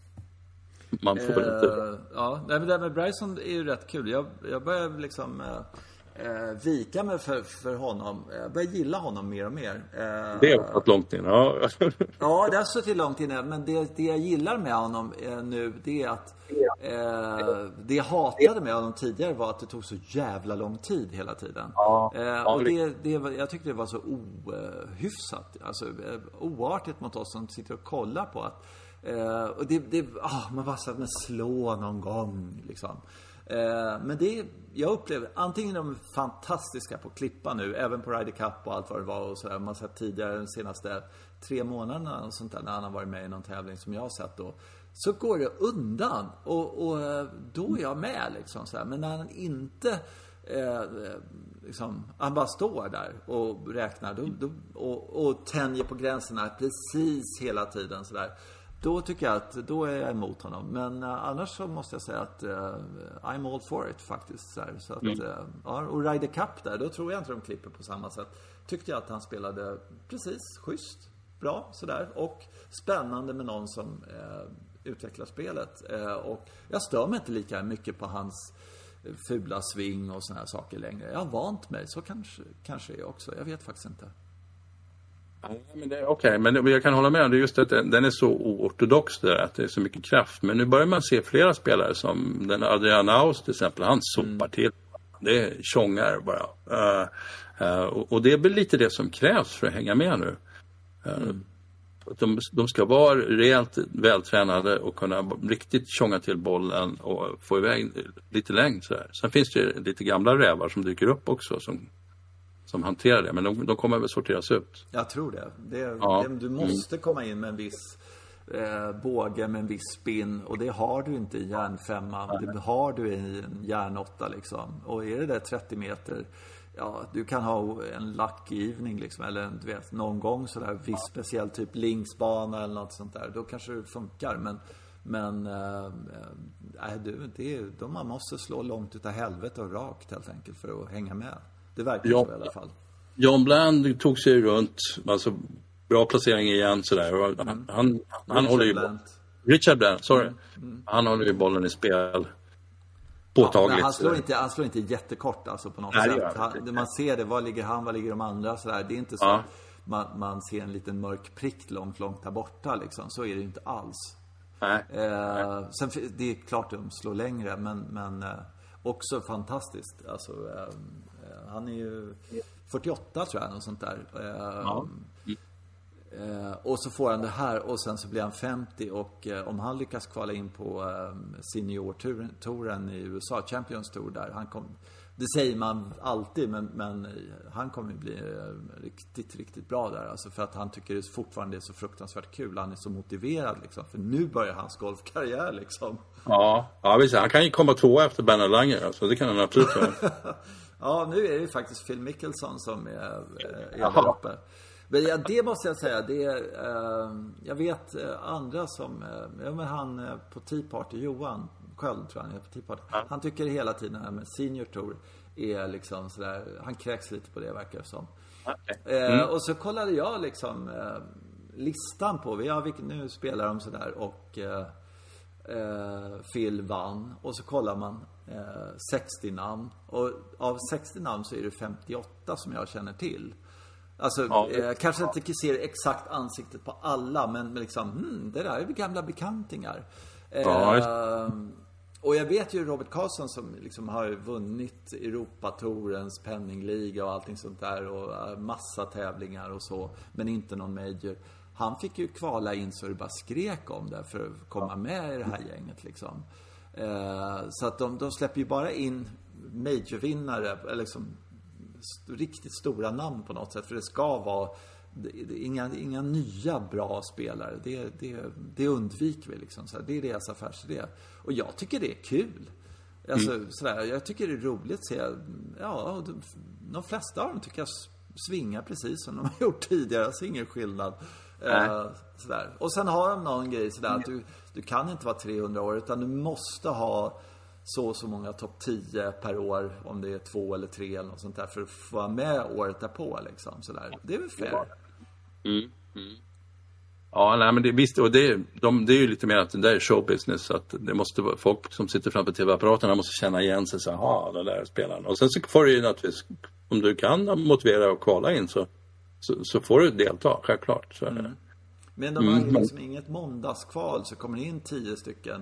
Man får väl inte. Uh, ja, nej, men det med Bryson är ju rätt kul. Jag, jag börjar liksom uh, vika mig för, för honom. Jag börjar gilla honom mer och mer. Uh, det har varit långt in. Ja, ja, det har suttit långt inne. Men det, det jag gillar med honom uh, nu, det är att Uh, det jag hatade med honom tidigare var att det tog så jävla lång tid hela tiden. Ja, uh, och det, det var, jag tyckte det var så ohyfsat, alltså uh, oartigt mot oss som sitter och kollar på att uh, och det, det oh, man var så att man slå någon gång liksom. Uh, men det, jag upplever antingen de är fantastiska på att klippa nu, även på Ryder Cup och allt vad det var och så där, man har sett tidigare de senaste tre månaderna och sånt där, när han har varit med i någon tävling som jag har sett då, så går det undan och, och då är jag med liksom så här. Men när han inte eh, liksom, han bara står där och räknar då, då, och, och tänjer på gränserna precis hela tiden så där, då tycker jag att då är jag emot honom. Men uh, annars så måste jag säga att uh, I'm all for it faktiskt. Så, här. Så att, mm. uh, ja, och Ryder Cup där, då tror jag inte de klipper på samma sätt. Tyckte jag att han spelade precis schysst, bra sådär. Och spännande med någon som uh, utvecklar spelet. Uh, och jag stör mig inte lika mycket på hans fula sving och såna här saker längre. Jag har vant mig, så kanske, kanske jag också. Jag vet faktiskt inte. Okej, okay, men jag kan hålla med om det, just att den är så oortodox där, att det är så mycket kraft. Men nu börjar man se flera spelare som den Adrian Aus till exempel, han sopar mm. till. Det är tjongar bara. Uh, uh, och, och det är väl lite det som krävs för att hänga med nu. Uh, mm. de, de ska vara rejält vältränade och kunna riktigt tjonga till bollen och få iväg lite längd. Så där. Sen finns det lite gamla rävar som dyker upp också som som hanterar det, men de, de kommer väl sorteras ut. Jag tror det. det, ja. det du måste mm. komma in med en viss eh, båge med en viss spin, och det har du inte i järnfemma. Mm. Det har du i en järnåtta liksom. Och är det där trettio meter, ja, du kan ha en lucky-givning liksom, eller du vet, någon gång sådär viss speciell typ linksbana eller något sånt där. Då kanske det funkar, men men äh, äh, du, det är, då man måste slå långt utav helvete och rakt helt enkelt för att hänga med. Det verkar ja, så i alla fall. John Bland tog sig runt, alltså bra placering igen sådär. Mm. Han, han, han håller ju Bland. Richard Bland, sorry. Mm. Mm. Han håller ju bollen i spel. Påtagligt. Ja, han, slår inte, han slår inte jättekort alltså på något Nej, sätt. Han, man ser det, var ligger han, var ligger de andra sådär. Det är inte så ja. att man, man ser en liten mörk prick långt, långt där borta liksom. Så är det ju inte alls. Nej. Eh, sen, det är klart att de slår längre, men, men eh, också fantastiskt. Alltså... Eh, han är ju fyrtioåtta tror jag, något sånt där. Ja. Mm. Och så får han det här och sen så blir han femtio, och om han lyckas kvala in på senior-touren i U S A, Champions Tour där, han kom, det säger man alltid, men, men han kommer ju bli riktigt, riktigt bra där alltså, för att han tycker det fortfarande är så fruktansvärt kul, han är så motiverad liksom, för nu börjar hans golfkarriär liksom. Ja, ja visst, han kan ju komma två efter Bernard Langer, alltså, det kan han absolut göra. Ja, nu är det ju faktiskt Phil Mickelson som är, är där uppe. Men ja, det måste jag säga, det är, eh, jag vet eh, andra som, eh, ja, men han eh, på Tea Party, Johan Sköld tror jag han är på Tea Party. Ja. Han tycker hela tiden här med Senior Tour är liksom sådär, han kräks lite på det verkar som. Okay. Mm. Eh, och så kollade jag liksom eh, listan på, ja, vilken, nu spelar de sådär, och eh, eh, Phil vann, och så kollar man eh, sextio namn, och av sextio namn så är det femtioåtta som jag känner till. Alltså, ja, eh, kanske ja. inte ser exakt ansiktet på alla, men liksom, hmm, det där är gamla bekantingar. Ja, eh, och jag vet ju Robert Karlsson som liksom har vunnit Europatourens penningliga och allting sånt där, och uh, massa tävlingar och så, men inte någon major. Han fick ju kvala in så det bara skrek om det för att komma med i det här gänget liksom. Eh, så att de, de släpper ju bara in majorvinnare, eller liksom st- riktigt stora namn på något sätt, för det ska vara det, det, inga, inga nya bra spelare. Det, det, det undviker vi liksom. Så här, det är deras affärsidé. Och jag tycker det är kul. Alltså, mm. sådär, jag tycker det är roligt att se. Ja, de, de flesta av dem tycker jag svingar precis som de har gjort tidigare. Alltså ingen skillnad. Uh, sådär. Och sen har de någon grej sådär, att du, du kan inte vara trehundra år, utan du måste ha så och så många topp tio per år, om det är två eller tre eller något sånt där, för att få vara med året därpå liksom, sådär. Det är väl fair. Mm. Mm. Ja, nej, men det, visst, och det, de, det är ju lite mer att det där är showbusiness, att det måste vara folk som sitter framför tv-apparaterna måste känna igen sig, så ja, den där spelaren. Och sen så får du ju naturligtvis, om du kan motivera och kvala in, så Så, så får du delta, självklart. Så mm. Men de har mm. liksom inget måndagskval, så kommer det in tio stycken.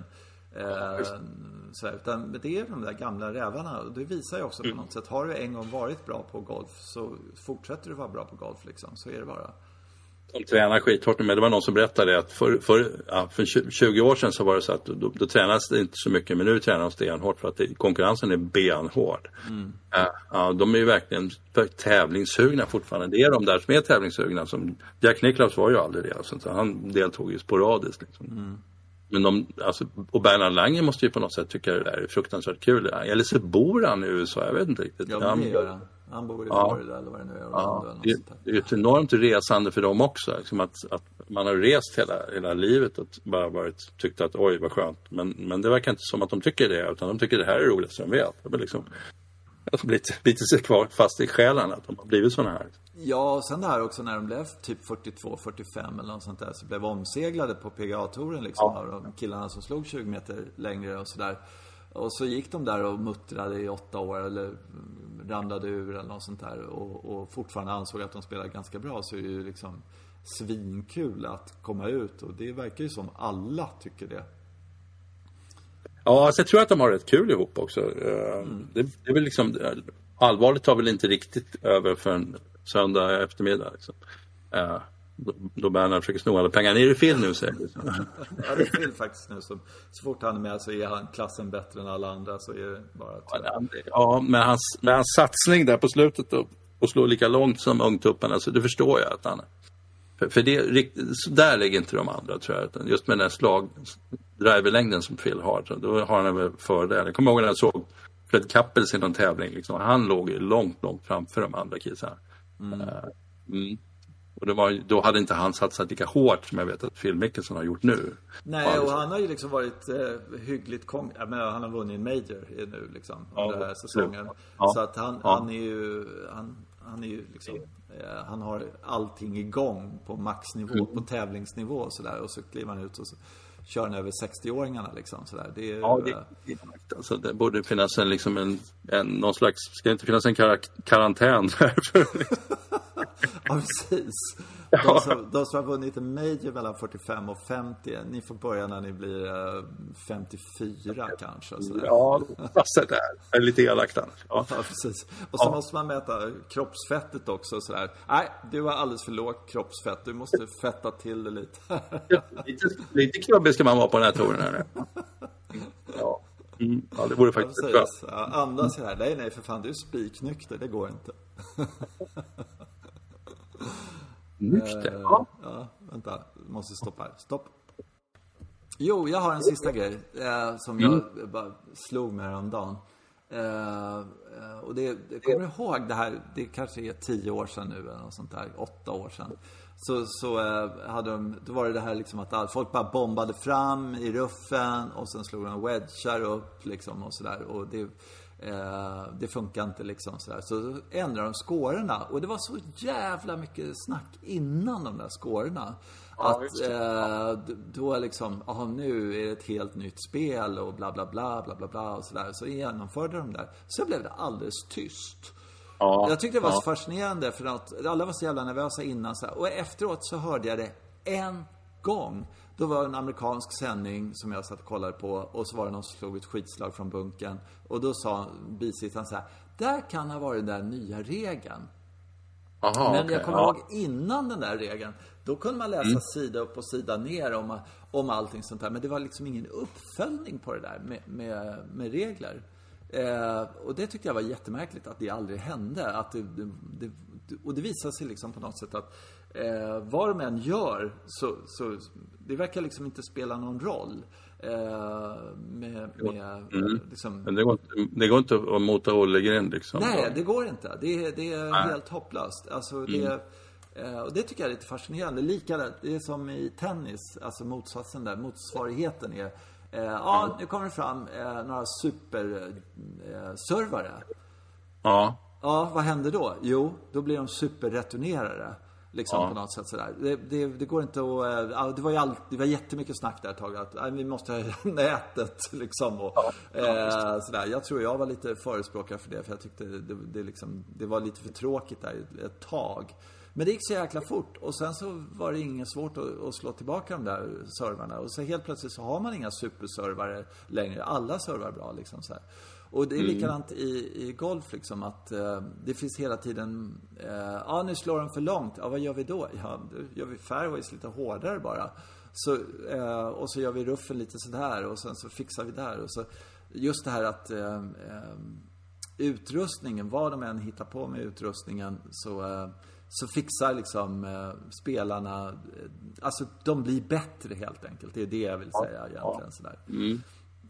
Eh, så, utan det är de där gamla rävarna. Och det visar ju också på mm. något sätt, har du en gång varit bra på golf, så fortsätter du vara bra på golf liksom. Så är det bara. De tränar skithårt, men det var någon som berättade att för, för, ja, för tjugo år sedan så var det så att då, då tränas det inte så mycket, men nu tränar de stenhårt för att det, konkurrensen är benhård. Mm. Ja, ja, de är ju verkligen tävlingssugna fortfarande. Det är de där som är tävlingssugna. Som Jack Nicklaus var ju aldrig det. Alltså, han deltog ju sporadiskt. Liksom. Mm. Men de, alltså, och Bernard Langer måste ju på något sätt tycka det där är fruktansvärt kul. Eller så bor han i U S A, jag vet inte riktigt. Ja, men det gör han. Han bor i Ja. Florida eller vad det nu är. Ja, Eller något det, sånt där. det är ett enormt resande för dem också. Liksom att, att man har rest hela, hela livet och bara varit, tyckt att oj vad skönt. Men, men det verkar inte som att de tycker det, utan de tycker det här är roligt som de vet. Det är liksom, alltså, blivit, blivit sig kvar fast i själen att de har blivit sådana här. Ja, och sen det här också när de blev typ fyrtiotvå fyrtiofem eller något sånt där, så blev omseglade på P G A-touren liksom, Ja. av de killarna som slog tjugo meter längre och sådär. Och så gick de där och muttrade i åtta år eller ramlade ur eller något sånt där och, och fortfarande ansåg att de spelade ganska bra, så är det ju liksom svinkul att komma ut, och det verkar ju som alla tycker det. Ja, alltså jag tror att de har rätt kul ihop också. Mm. Det, det är väl liksom, allvarligt tar väl inte riktigt över för en söndag eftermiddag. Liksom. Uh, då, då Bernhard försöker sno alla pengar. Är det Phil nu, säger liksom. Ja, det är Phil faktiskt nu. Så, så fort han är med så är han klassen bättre än alla andra, så är det bara... Ja, ja, med hans, med hans satsning där på slutet då, och slå lika långt som ungtupparna, så det förstår jag att han... För, för det, så där ligger inte de andra, tror jag. Utan just med den här slag, driverlängden som Phil har, så då har han väl fördel. Jag kommer ihåg när jag såg Fred Kappels i någon tävling. Liksom. Han låg ju långt, långt framför de andra killarna. Mm. Uh, mm. Och det var, då hade inte han satsat lika hårt som jag vet att Phil Mickelson har gjort nu. Nej, och han har ju liksom varit eh, hyggligt kom- jag menar, han har vunnit en major nu liksom, ja, under den här säsongen. Ja. Så att han, ja. han är ju han, han är ju liksom eh, han har allting igång på maxnivå, mm. på tävlingsnivå och sådär, och så kliver han ut och så kör han över sextio-åringarna liksom sådär. Det är, ja, det, det, alltså, det borde finnas en liksom en, en någon slags, ska det inte finnas en kar- karantän där för ja, precis. De som, de som har vunnit en major mellan fyrtiofem och femtio, ni får börja när ni blir uh, femtiofyra kanske. Sådär. Ja, passar där. Lite elakt annars. Ja. Ja, precis. Och så ja. måste man mäta kroppsfettet också. Sådär. Nej, du har alldeles för lågt kroppsfett. Du måste fetta till det lite. Ja, lite lite klubbig ska man vara på den här touren. Här. Ja. Mm. Ja, det vore faktiskt ja, bra. Ja, andas här. Nej, nej, för fan, du är spiknykter. Det går inte. Nykter? Uh, ja. ja, vänta. Måste stoppa här. Stopp. Jo, jag har en sista grej eh, som jag mm. bara slog med häromdagen. Eh, och det, det kommer du ihåg det här, det kanske är tio år sedan nu eller något sånt där, åtta år sedan. Så, så eh, hade de, då var det det här liksom att all, folk bara bombade fram i ruffen och sen slog de wedgar upp liksom och sådär. Och det, eh, det funkar inte liksom sådär. Så ändrade de skårorna, och det var så jävla mycket snack innan de där skårorna. Ja, att eh, då liksom, aha, nu är det ett helt nytt spel och bla bla bla bla bla bla och sådär. Så genomförde de där. Så blev det alldeles tyst. Ja, jag tyckte det var ja. så fascinerande, för att alla var så jävla nervösa innan så här. Och efteråt så hörde jag det en gång. Då var det en amerikansk sändning som jag satt och kollade på, och så var det någon som slog ett skitslag från bunken. Och då sa bisittaren så här: där kan ha varit den där nya regeln. Aha, men jag kommer okay, ihåg ja. innan den där regeln, då kunde man läsa mm. sida upp och sida ner om, om allting sånt där. Men det var liksom ingen uppföljning på det där med, med, med regler. Eh, och det tyckte jag var jättemärkligt att det aldrig hände. Att det, det, det, och det visar sig liksom på något sätt att eh, vad de än gör så, så det verkar liksom inte spela någon roll. Eh, med, med, mm. liksom, Men det går inte, det går inte att mota Olle liksom. Nej, det går inte. Det, det är nej. helt hopplöst. Alltså, mm. det, eh, och det tycker jag är lite fascinerande. Likadant, det är som i tennis, alltså motsatsen där, motsvarigheten är eh, ja, mm. nu kommer det fram eh, några superservare. Eh, ja. Ja, vad händer då? Jo, då blir de superreturnerare. Liksom ja. på något sätt sådär. Det, det, det går inte att... Ja, det var ju all, det var jättemycket snack där ett tag. Att ja, vi måste ha nätet liksom. Och, ja, ja, eh, sådär. Jag tror jag var lite förespråkare för det. För jag tyckte det, det, liksom, det var lite för tråkigt där ett tag. Men det gick så jäkla fort. Och sen så var det inget svårt att, att slå tillbaka de där servarna. Och så helt plötsligt så har man inga superservare längre. Alla servar bra liksom så här. Och det är likadant mm. i, i golf liksom, att eh, det finns hela tiden ja eh, ah, nu slår de för långt, ja vad gör vi då? Ja, då gör vi fairways lite hårdare bara. Så, eh, och så gör vi ruffen lite sådär, och sen så fixar vi där. Och så, just det här att eh, eh, utrustningen, vad de än hittar på med utrustningen, så, eh, så fixar liksom eh, spelarna, eh, alltså de blir bättre helt enkelt. Det är det jag vill säga ja, egentligen ja. sådär. Mm.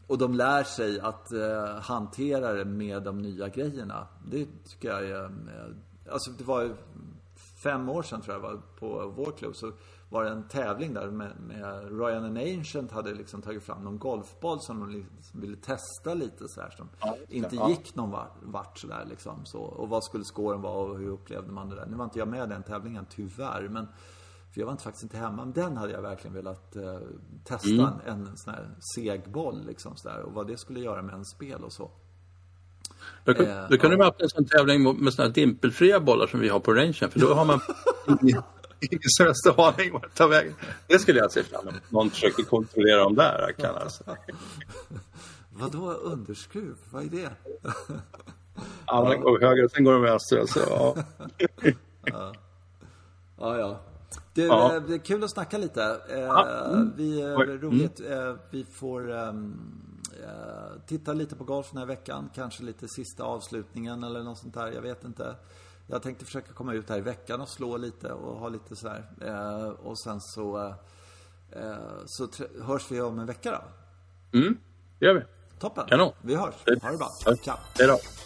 och de lär sig att eh, hantera det med de nya grejerna. Det tycker jag är... Eh, alltså det var ju fem år sedan tror jag var på vår klubb, så var det en tävling där med, med Royal and Ancient hade liksom tagit fram någon golfboll som de liksom ville testa lite så här, som ja, inte ja. gick någon vart, vart så där liksom så. Och vad skulle skåren vara och hur upplevde man det där? Nu var inte jag med i den tävlingen tyvärr, men för jag var inte faktiskt inte hemma, men den hade jag verkligen velat eh, testa mm. en, en sån här segboll liksom så där, och vad det skulle göra med en spel och så. Då, eh, då kunde man ha en sån tävling med såna här dimpelfria bollar som vi har på rangen, för då har man ingen största aning vart ta vägen. Det skulle jag se fram emot. Någon försöker kontrollera dem där, kan alltså. Vadå underskruv? Vad är det? Ja, den går höger och sen går de vänster. Alltså, ja. ja. Ja, ja. Det, ja. det är kul att snacka lite. Ja. Mm. Vi, roligt, mm. vi får um, titta lite på golf den här veckan. Kanske lite sista avslutningen eller något sånt där. Jag vet inte. Jag tänkte försöka komma ut här i veckan och slå lite och ha lite så här. Eh, och sen så, eh, så tr- hörs vi om en vecka då. Mm, det gör vi. Toppen. Kanon. Vi hörs. Ha det bra. Hej då.